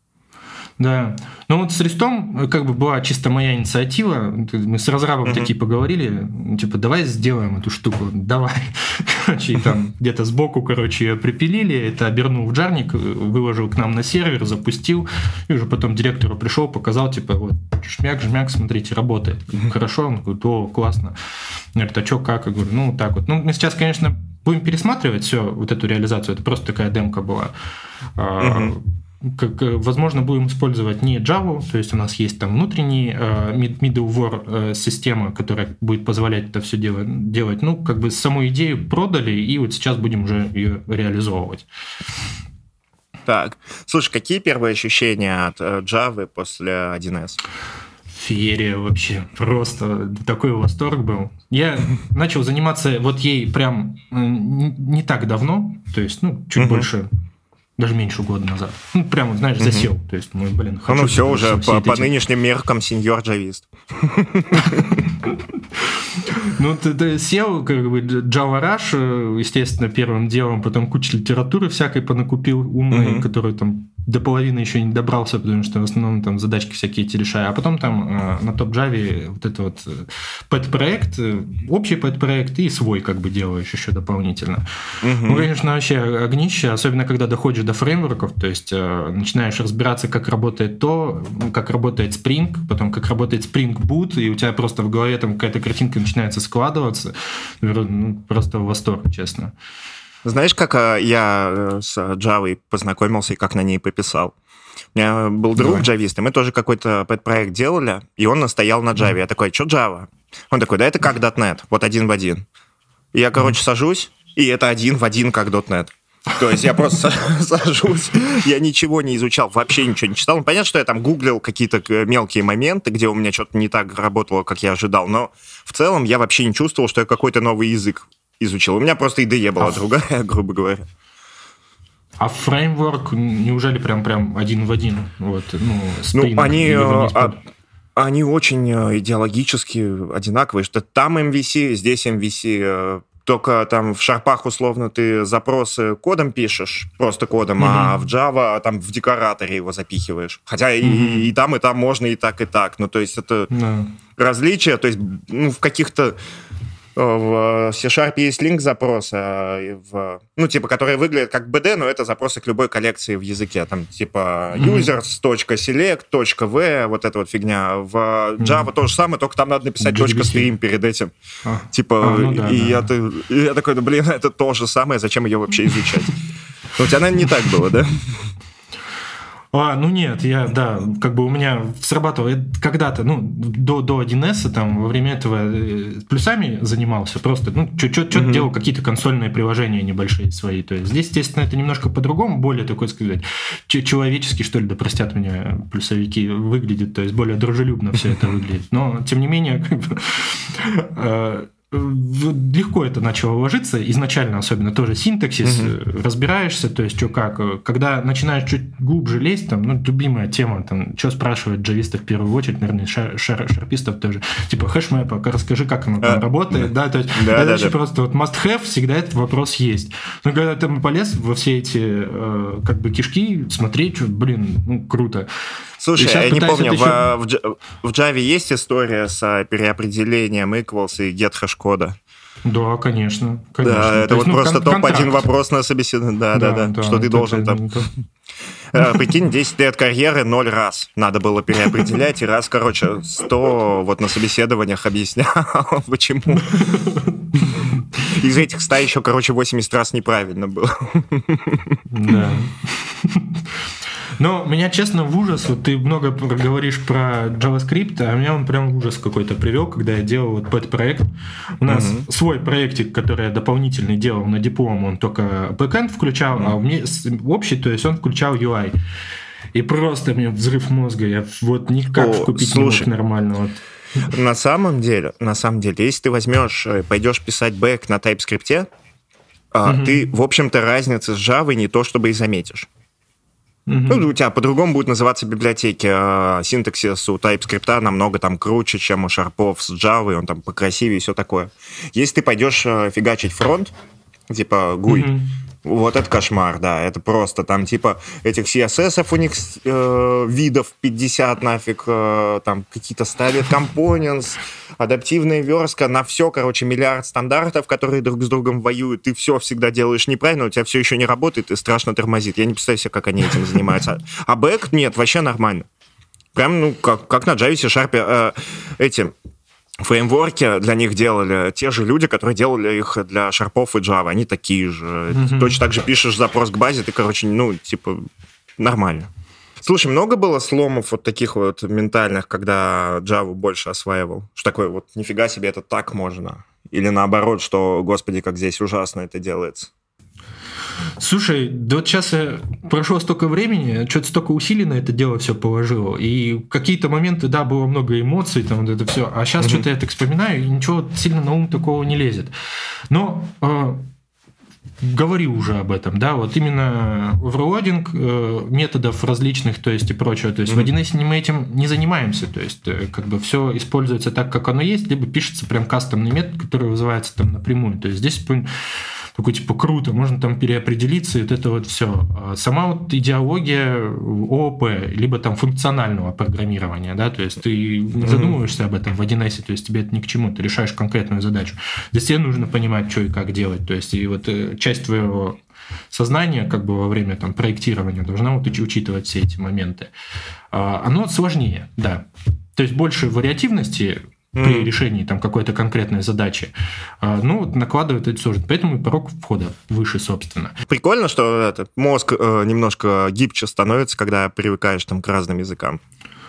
Да. Ну вот с Рестом как бы была чисто моя инициатива. Мы с разрабом uh-huh. такие поговорили, типа, давай сделаем эту штуку, давай. Короче, и там где-то сбоку, короче, ее припилили, это обернул в джарник, выложил к нам на сервер, запустил, и уже потом директору пришел, показал, типа, вот, жмяк, жмяк, смотрите, работает. Хорошо? Он говорит, о, классно. Я говорю, а что, как? Я говорю, ну, так вот. Ну, мы сейчас, конечно, будем пересматривать все, вот эту реализацию, это просто такая демка была. Uh-huh. Как, возможно, будем использовать не Java, то есть у нас есть там внутренний э, middleware э, система, которая будет позволять это все делать, делать. Ну, как бы саму идею продали, и вот сейчас будем уже ее реализовывать. Так, слушай, какие первые ощущения от Java после один эс? Феерия вообще, просто такой восторг был. Я начал заниматься вот ей прям не так давно, то есть, ну, чуть uh-huh. больше... Даже меньше года назад. Ну, прямо, знаешь, засел. Uh-huh. То есть, мы, блин, хочу... Ну, все уже по, по нынешним меркам сеньор-джавист. Ну, ты сел, как бы, Java Rush, естественно, первым делом, потом кучу литературы всякой понакупил умной, которую там до половины еще не добрался, потому что в основном там задачки всякие эти решаю. А потом там э, на топ-джаве вот это вот пэт-проект, общий пэт-проект и свой как бы делаешь еще дополнительно. Uh-huh. Ну, конечно, вообще огнище, особенно когда доходишь до фреймворков, то есть э, начинаешь разбираться, как работает то, как работает Spring, потом как работает Spring Boot, и у тебя просто в голове там какая-то картинка начинается складываться. Ну, просто в восторг, честно. Знаешь, как я с Java познакомился и как на ней пописал? У меня был друг Давай. джавист, и мы тоже какой-то пэт-проект делали, и он настоял на Java. Mm. Я такой, что Java? Он такой, да это как .дот нет, вот один в один. И я, короче, mm. сажусь, и это один в один как .дот нет. То есть я просто сажусь, я ничего не изучал, вообще ничего не читал. Ну, понятно, что я там гуглил какие-то мелкие моменты, где у меня что-то не так работало, как я ожидал, но в целом я вообще не чувствовал, что я какой-то новый язык изучил. У меня просто ай ди и была а другая, грубо говоря. А фреймворк неужели прям, прям один в один? Вот, ну, Spring, ну, они, а, они очень идеологически одинаковые, что там эм ви си, здесь эм ви си, только там в шарпах условно ты запросы кодом пишешь, просто кодом, mm-hmm. а в Java там в декораторе его запихиваешь. Хотя mm-hmm. и, и там, и там можно и так, и так. Ну, то есть это mm-hmm. различия, то есть ну, в каких-то В C-Sharp есть link запроса, в, ну, типа, который выглядит как би ди, но это запросы к любой коллекции в языке. Там, типа, users.select.v, вот эта вот фигня. В Java mm-hmm. то же самое, только там надо написать .stream перед этим. Ah. Типа, ah, ну, да, и, да. Я, и я такой, ну, блин, это то же самое, зачем ее вообще изучать? У тебя, наверное, не так было, да? А, ну нет, я, да, как бы у меня срабатывало когда-то, ну, до, до один эс, там, во время этого плюсами занимался, просто, ну, что-то mm-hmm. делал, какие-то консольные приложения небольшие свои, то есть здесь, естественно, это немножко по-другому, более такой, сказать, человеческий, что ли, да простят меня плюсовики, выглядит, то есть более дружелюбно все это выглядит, но, тем не менее, как бы... легко это начало ложиться, изначально особенно тоже синтаксис, mm-hmm. разбираешься, то есть что как. Когда начинаешь чуть глубже лезть, там, ну, любимая тема, там, что спрашивают джавистов в первую очередь, наверное, шар- шар- шарпистов тоже, типа хэшмэп, расскажи, как оно там а, работает, да, да, то есть да, это да, вообще да. просто вот must-have, всегда этот вопрос есть. Но когда ты полез во все эти э, как бы кишки, смотреть, что, блин, ну, круто. Слушай, я не помню, еще... в, в Java есть история с переопределением equals и get hash-кода? Да, конечно. конечно. Да, это вот ну, просто кон- топ-один вопрос на собеседовании. Да, да, да, да, что ты должен там... Прикинь, десять лет карьеры, ноль раз надо было переопределять, и раз, короче, сто вот на собеседованиях объяснял, почему. Из этих ста еще, короче, восемьдесят раз неправильно было. Да. Но меня, честно, в ужас, вот ты много говоришь про JavaScript, а меня он прям в ужас какой-то привел, когда я делал вот пэт-проект. У нас mm-hmm. свой проектик, который я дополнительный делал на диплом, он только бэкэнд включал, mm-hmm. а у меня общий, то есть он включал ю ай. И просто мне взрыв мозга, я вот никак О, вкупить слушай, не мог нормально. Вот. На самом деле, на самом деле, если ты возьмешь, пойдешь писать бэк на TypeScript, mm-hmm. ты, в общем-то, разницы с Java не то чтобы и заметишь. Mm-hmm. Ну, у тебя по-другому будут называться библиотеки. Синтаксис у TypeScript намного там круче, чем у шарпов с Java, он там покрасивее и все такое. Если ты пойдешь фигачить фронт, типа гуй, mm-hmm. вот это кошмар, да, это просто там типа этих си эс эс-ов у них э, видов пятьдесят нафиг, э, там какие-то ставят компонентс, адаптивная верстка, на все, короче, миллиард стандартов, которые друг с другом воюют, ты все всегда делаешь неправильно, у тебя все еще не работает и страшно тормозит. Я не представляю себе, как они этим занимаются. А бэк, нет, вообще нормально. Прям, ну, как, как на Java, C-Sharp, э, эти... фреймворки для них делали те же люди, которые делали их для шарпов и Java. Они такие же. Mm-hmm. Точно так же пишешь запрос к базе, ты, короче, ну, типа, нормально. Слушай, много было сломов вот таких вот ментальных, когда Java больше осваивал? Что такое, вот нифига себе, это так можно? Или наоборот, что, господи, как здесь ужасно это делается? Слушай, да вот сейчас прошло столько времени, что-то столько усилий на это дело все положил, и какие-то моменты, да, было много эмоций, там вот это все, а сейчас mm-hmm. что-то я так вспоминаю, и ничего сильно на ум такого не лезет. Но э, говорил уже об этом, да, вот именно оверлодинг э, методов различных, то есть и прочего, то есть mm-hmm. в один эс мы этим не занимаемся, то есть э, как бы все используется так, как оно есть, либо пишется прям кастомный метод, который вызывается там напрямую, то есть здесь такой, типа, круто, можно там переопределиться, и вот это вот все. Сама вот идеология ООП, либо там функционального программирования, да, то есть ты не задумываешься об этом в один эс, то есть тебе это ни к чему, ты решаешь конкретную задачу. Здесь тебе нужно понимать, что и как делать, то есть и вот часть твоего сознания, как бы во время там проектирования, должна вот учитывать все эти моменты. Оно сложнее, да. То есть больше вариативности при mm. решении там какой-то конкретной задачи, ну, накладывает эти сложности. Поэтому и порог входа выше, собственно. Прикольно, что этот мозг э, немножко гибче становится, когда привыкаешь там к разным языкам.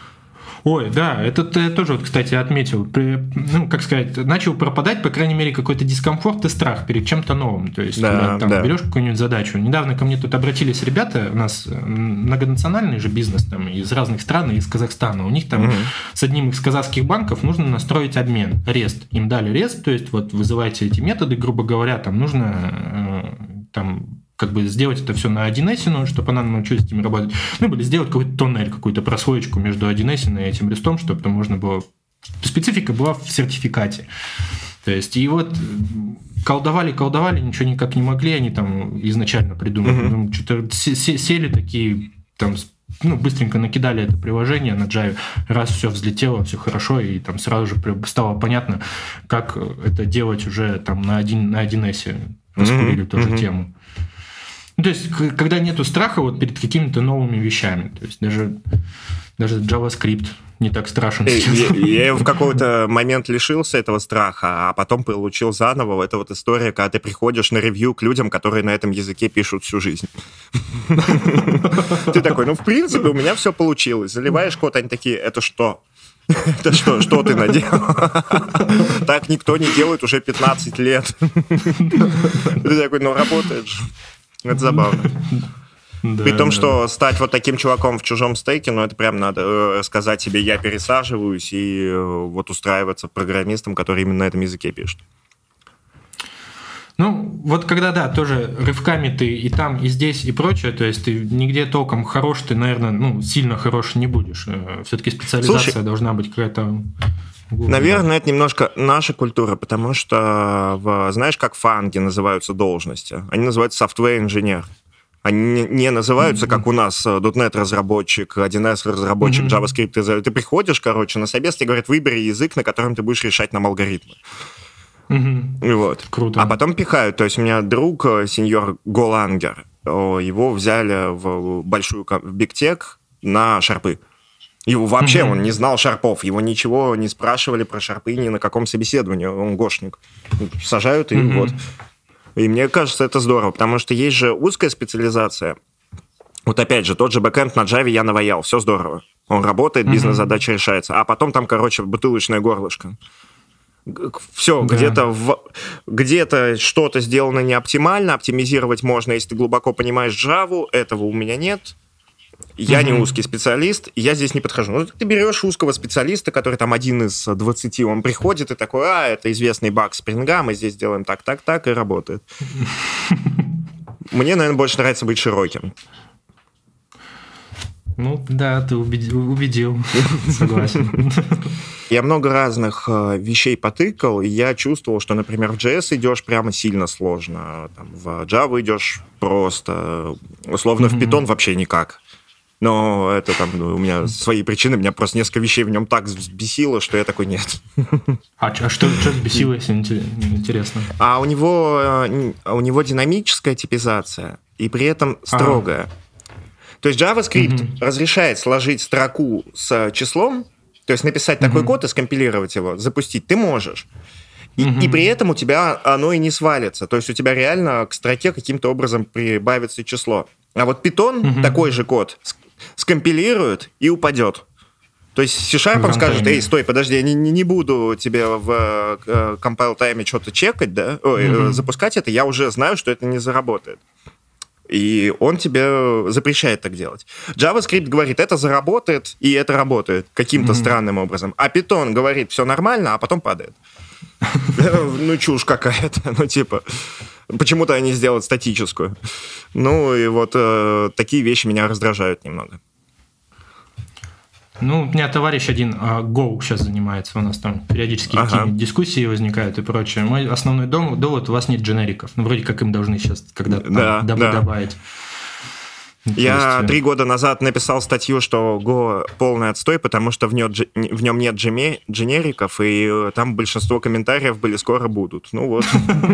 Ой, да, это я тоже, вот, кстати, отметил. При, ну, как сказать, начал пропадать, по крайней мере, какой-то дискомфорт и страх перед чем-то новым. То есть, да, когда там да. берешь какую-нибудь задачу. Недавно ко мне тут обратились ребята, у нас многонациональный же бизнес там из разных стран, из Казахстана. У них там угу. с одним из казахских банков нужно настроить обмен. рест. Им дали рест, то есть вот вызывайте эти методы, грубо говоря, там нужно там как бы сделать это все на один эс, чтобы она научилась с этими работать. Ну, или сделать какой-то тоннель, какую-то прослоечку между один эс и этим листом, чтобы там можно было... Специфика была в сертификате. То есть, и вот колдовали, колдовали, ничего никак не могли, они там изначально придумали. Mm-hmm. Ну, что-то сели такие, там, ну, быстренько накидали это приложение на Java, раз все взлетело, все хорошо, и там сразу же стало понятно, как это делать уже там на, один, на один эс. Раскурили mm-hmm. тоже mm-hmm. тему. Ну, то есть, когда нету страха вот перед какими-то новыми вещами, то есть даже, даже JavaScript не так страшен сейчас. Я, я в какой-то момент лишился этого страха, а потом получил заново. Это вот история, когда ты приходишь на ревью к людям, которые на этом языке пишут всю жизнь. Ты такой, ну, в принципе, у меня все получилось. Заливаешь код, они такие, это что? Это что, что ты наделал? Так никто не делает уже пятнадцать лет. Ты такой, ну, работает же. Это забавно. Да, При том, да. что стать вот таким чуваком в чужом стейке, ну, это прям надо сказать себе, я пересаживаюсь и вот устраиваться программистом, который именно на этом языке пишет. Ну, вот когда, да, тоже рывками ты и там, и здесь, и прочее, то есть ты нигде толком хорош, ты, наверное, ну, сильно хорош не будешь. Все-таки специализация Слушай, должна быть какая-то... Наверное, это немножко наша культура, потому что, в, знаешь, как фанги называются должности? Они называются software-инженер. Они не называются, mm-hmm. как у нас, .дот нет-разработчик, один эс-разработчик, mm-hmm. JavaScript. Ты приходишь, короче, на собес, тебе говорят, выбери язык, на котором ты будешь решать нам алгоритмы. Mm-hmm. Вот. Круто. А потом пихают. То есть у меня друг, сеньор Голангер, его взяли в большую в Big Tech на шарпы. Его вообще, mm-hmm. он не знал шарпов, его ничего не спрашивали про шарпы ни на каком собеседовании, он гошник. Сажают и mm-hmm. вот... И мне кажется, это здорово, потому что есть же узкая специализация. Вот опять же, тот же бэкэнд на Java я наваял, все здорово. Он работает, бизнес-задача mm-hmm. решается. А потом там, короче, бутылочное горлышко. Все, да. где-то, в, где-то что-то сделано не оптимально, оптимизировать можно, если ты глубоко понимаешь Java, этого у меня нет. Я mm-hmm. не узкий специалист, я здесь не подхожу. Ну, ты берешь узкого специалиста, который там один из двадцати, он приходит и такой, а, это известный баг Спринга, мы здесь делаем так, так, так, и работает. Мне, наверное, больше нравится быть широким. Ну, да, ты убедил, убедил. Согласен. Я много разных вещей потыкал, и я чувствовал, что, например, в джей эс идешь прямо сильно сложно, там, в Java идешь просто, условно, в Python вообще никак. Но это там ну, у меня свои причины, меня просто несколько вещей в нем так взбесило, что я такой, нет. А, а что, что взбесило, если интересно? А у него, у него динамическая типизация, и при этом строгая. А. То есть JavaScript mm-hmm. разрешает сложить строку с числом, то есть написать mm-hmm. такой код и скомпилировать его, запустить ты можешь. И, mm-hmm. и при этом у тебя оно и не свалится. То есть у тебя реально к строке каким-то образом прибавится число. А вот Python mm-hmm. такой же код скомпилирует и упадет. То есть C-Sharp скажет, эй, стой, подожди, я не, не буду тебе в э, compile time что-то чекать, да? Ой, mm-hmm. запускать это, я уже знаю, что это не заработает. И он тебе запрещает так делать. JavaScript говорит, это заработает, и это работает каким-то mm-hmm. странным образом. А Python говорит, все нормально, а потом падает. Ну, чушь какая-то. Ну, типа, почему-то они сделают статическую. Ну, и вот э, такие вещи меня раздражают немного. Ну, у меня товарищ один Go сейчас занимается, у нас там периодически ага. какие-нибудь дискуссии возникают и прочее. Мой основной довод, у вас нет дженериков. Ну, вроде как им должны сейчас когда-то да, доб- да. добавить. Я есть... три года назад написал статью, что Go полный отстой, потому что в, нем, в нем нет джеме, дженериков, и там большинство комментариев были «скоро будут». Ну вот.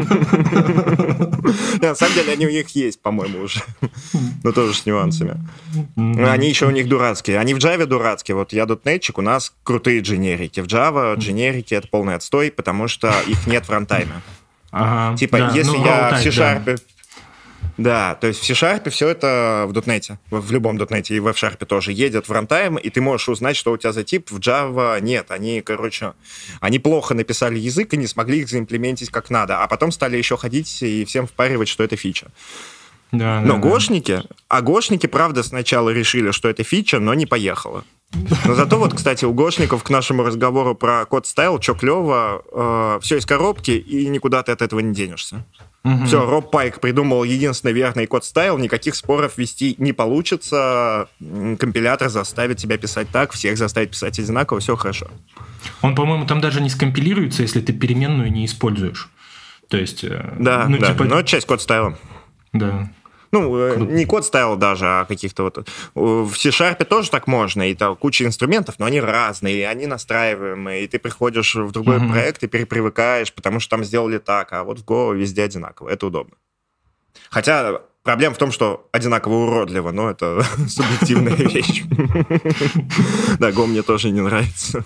На самом деле они у них есть, по-моему, уже. Но тоже с нюансами. Они еще у них дурацкие. Они в Java дурацкие. Вот я дотнетчик, у нас крутые дженерики. В Java дженерики — это полный отстой, потому что их нет в рантайме. Типа, если я в C-Sharp... Да, то есть в C-Sharp все это в дотнете, в любом дотнете и в F-Sharp тоже едет в рантайм, и ты можешь узнать, что у тебя за тип. В Java нет. Они, короче, они плохо написали язык и не смогли их заимплементить как надо, а потом стали еще ходить и всем впаривать, что это фича. Да, но да, гошники, да. а гошники, правда, сначала решили, что это фича, но не поехало. Но зато вот, кстати, у гошников к нашему разговору про код стайл, что клево, э, все из коробки, и никуда ты от этого не денешься. Угу. Все, Роб Пайк придумал единственный верный код стайл, никаких споров вести не получится, компилятор заставит тебя писать так, всех заставит писать одинаково, все хорошо. Он, по-моему, там даже не скомпилируется, если ты переменную не используешь. То есть, да, ну, да, типа... но это часть код стайла. Да. Ну, Круто. Не код ставил даже, а каких-то вот... В C-Sharp тоже так можно, и там куча инструментов, но они разные, они настраиваемые, и ты приходишь в другой mm-hmm. проект и перепривыкаешь, потому что там сделали так, а вот в Go везде одинаково, это удобно. Хотя проблема в том, что одинаково уродливо, но это субъективная вещь. Да, Go мне тоже не нравится.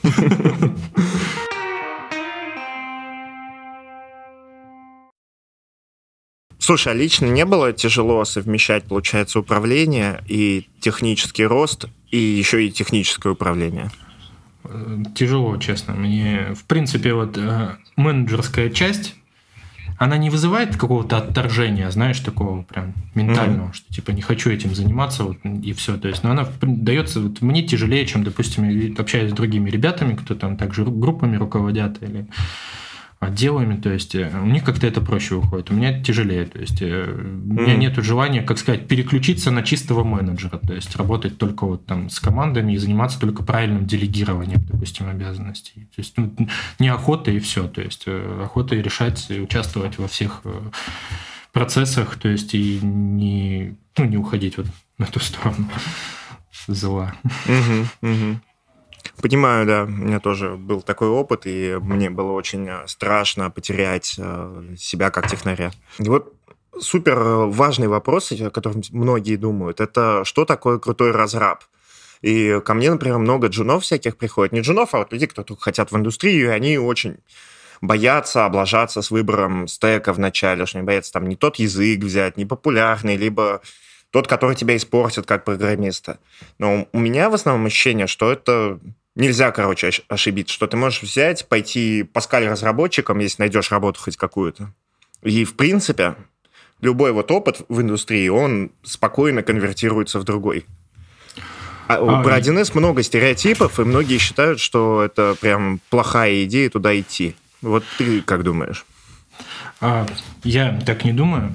Слушай, а лично не было тяжело совмещать, получается, управление и технический рост, и еще и техническое управление? Тяжело, честно. Мне, в принципе, вот менеджерская часть, она не вызывает какого-то отторжения, знаешь, такого прям ментального, mm-hmm. что типа не хочу этим заниматься, вот, и все. То есть, но она дается вот, мне тяжелее, чем, допустим, общаюсь с другими ребятами, кто там также группами руководят или отделами, то есть у них как-то это проще выходит, у меня тяжелее, то есть mm-hmm. у меня нет желания, как сказать, переключиться на чистого менеджера, то есть работать только вот там с командами и заниматься только правильным делегированием, допустим, обязанностей. То есть ну, неохота и все, то есть охота решать, участвовать во всех процессах, то есть и не, ну, не уходить вот на ту сторону зла. Mm-hmm. Mm-hmm. Понимаю, да, у меня тоже был такой опыт, и мне было очень страшно потерять себя как технаря. И вот супер важный вопрос, о котором многие думают, это что такое крутой разраб? И ко мне, например, много джунов всяких приходит, не джунов, а вот людей, кто только хотят в индустрию, и они очень боятся облажаться с выбором стека в начале, что они боятся там не тот язык взять, не популярный, либо тот, который тебя испортит как программиста. Но у меня в основном ощущение, что это нельзя, короче, ошибиться, что ты можешь взять, пойти Паскаль разработчиком, если найдешь работу хоть какую-то. И, в принципе, любой вот опыт в индустрии, он спокойно конвертируется в другой. А, а, про один эс много стереотипов, и многие считают, что это прям плохая идея туда идти. Вот ты как думаешь? А, я так не думаю.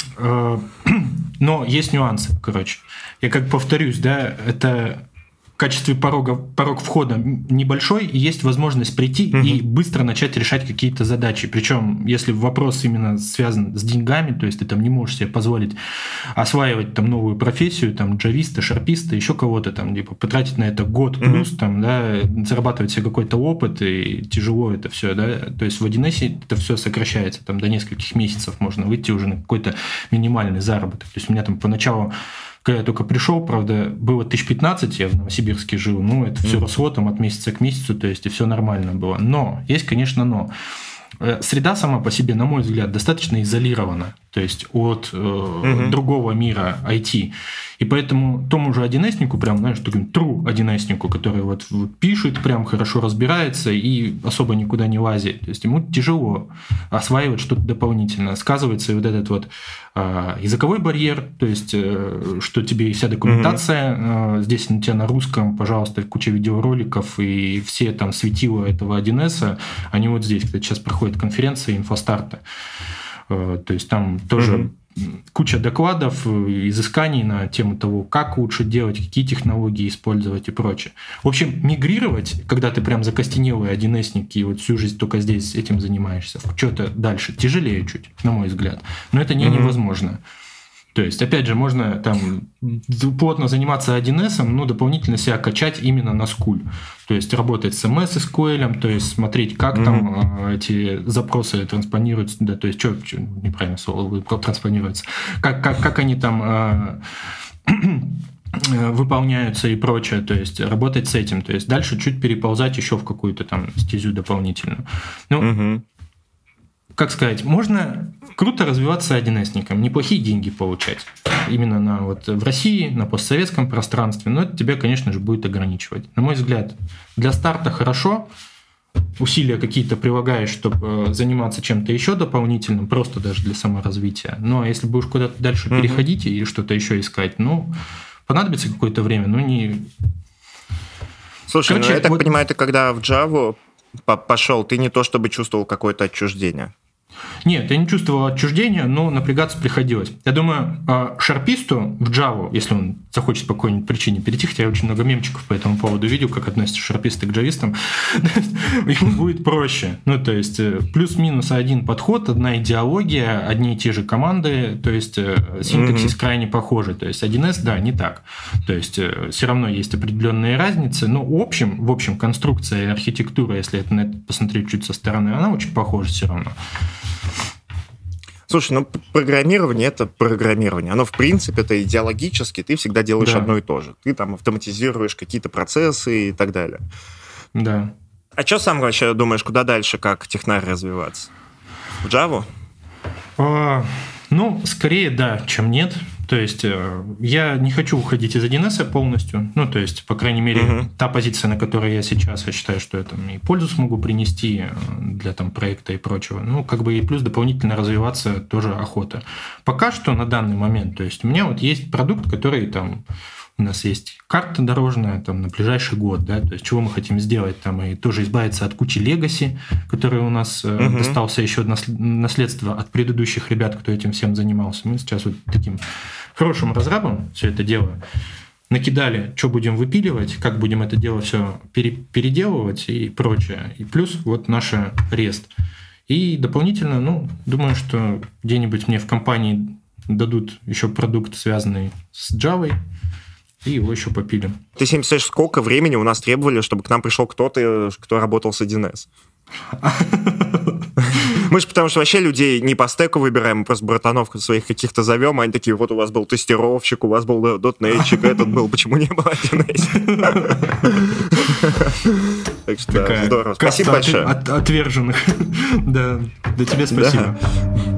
Но есть нюансы, короче. Я как повторюсь, да, это в качестве порога, порог входа небольшой, и есть возможность прийти uh-huh. и быстро начать решать какие-то задачи. Причем, если вопрос именно связан с деньгами, то есть ты там не можешь себе позволить осваивать там новую профессию, там джависта, шарписта, еще кого-то там, типа потратить на это год uh-huh. плюс, там, да, зарабатывать себе какой-то опыт, и тяжело это все, да. То есть в один эс это все сокращается, там до нескольких месяцев можно выйти уже на какой-то минимальный заработок. То есть у меня там поначалу, когда я только пришел, правда, было тысяч пятнадцать, я в Новосибирске жил, ну, это все mm. росло там от месяца к месяцу, то есть и все нормально было. Но, есть, конечно, но. Среда сама по себе, на мой взгляд, достаточно изолирована, то есть от э, mm-hmm. другого мира ай ти. И поэтому тому же один эснику, прям, знаешь, таким true один эснику, который вот, вот пишет, прям хорошо разбирается и особо никуда не лазит. То есть ему тяжело осваивать что-то дополнительное. Сказывается и вот этот вот э, языковой барьер, то есть э, что тебе вся документация, mm-hmm. э, здесь у тебя на русском, пожалуйста, куча видеороликов, и все там светила этого один эс, они вот здесь, кстати, сейчас проходит конференция инфостарта. Э, то есть там тоже... Mm-hmm. куча докладов, изысканий на тему того, как лучше делать, какие технологии использовать и прочее. В общем, мигрировать, когда ты прям закостенелый один эсник и вот всю жизнь только здесь этим занимаешься, что-то дальше, тяжелее чуть, на мой взгляд. Но это не mm-hmm. невозможно. То есть, опять же, можно там плотно заниматься один эс, но дополнительно себя качать именно на скуль. То есть, работать с эм эс эс ку эль, то есть, смотреть, как mm-hmm. там эти запросы транспонируются, да, то есть, что, что неправильно слово, транспонируются, как, как, как они там э, выполняются и прочее, то есть, работать с этим. То есть, дальше чуть переползать еще в какую-то там стезю дополнительную. Ну, mm-hmm. как сказать, можно круто развиваться один эсником, неплохие деньги получать. Именно на, вот, в России, на постсоветском пространстве, но это тебя, конечно же, будет ограничивать. На мой взгляд, для старта хорошо, усилия какие-то прилагаешь, чтобы заниматься чем-то еще дополнительным, просто даже для саморазвития. Но если будешь куда-то дальше mm-hmm. переходить и что-то еще искать, ну, понадобится какое-то время, но не... Слушай, Короче, ну я так вот... понимаю, ты когда в Java пошел, ты не то чтобы чувствовал какое-то отчуждение? Нет, я не чувствовал отчуждения, но напрягаться приходилось. Я думаю, шарписту в Java, если он захочет по какой-нибудь причине перейти, хотя я очень много мемчиков по этому поводу видел, как относятся шарписты к джавистам, ему будет проще. Ну, то есть, плюс-минус один подход, одна идеология, одни и те же команды, то есть, синтаксис mm-hmm. крайне похожий. То есть, один эс, да, не так. То есть, все равно есть определенные разницы, но в общем, в общем конструкция и архитектура, если это, на это посмотреть чуть со стороны, она очень похожа все равно. Слушай, ну программирование – это программирование. Оно, в принципе, это идеологически, ты всегда делаешь да. одно и то же. Ты там автоматизируешь какие-то процессы и так далее. Да. А что сам вообще думаешь, куда дальше, как технарь развиваться? В Java? А, ну, скорее да, чем нет. То есть я не хочу уходить из один эс полностью. Ну, то есть, по крайней мере, uh-huh. та позиция, на которой я сейчас, я считаю, что я там и пользу смогу принести для там, проекта и прочего. Ну, как бы и плюс дополнительно развиваться тоже охота. Пока что на данный момент, то есть у меня вот есть продукт, который там... У нас есть карта дорожная там, на ближайший год, да, то есть чего мы хотим сделать, там, и тоже избавиться от кучи легаси, который у нас uh-huh. достался еще наследство от предыдущих ребят, кто этим всем занимался. Мы сейчас вот таким хорошим разрабом все это дело накидали, что будем выпиливать, как будем это дело все пере- переделывать и прочее. И плюс вот наш рест. И дополнительно, ну, думаю, что где-нибудь мне в компании дадут еще продукт, связанный с Java, и его еще попилим. Ты себе представляешь, сколько времени у нас требовали, чтобы к нам пришел кто-то, кто работал с один эс? Мы же потому что вообще людей не по стеку выбираем, мы просто братанов своих каких-то зовем, а они такие, вот у вас был тестировщик, у вас был дотнетчик, этот был, почему не был один эс? Так что здорово. Спасибо большое. Отверженных. Да, да тебе спасибо.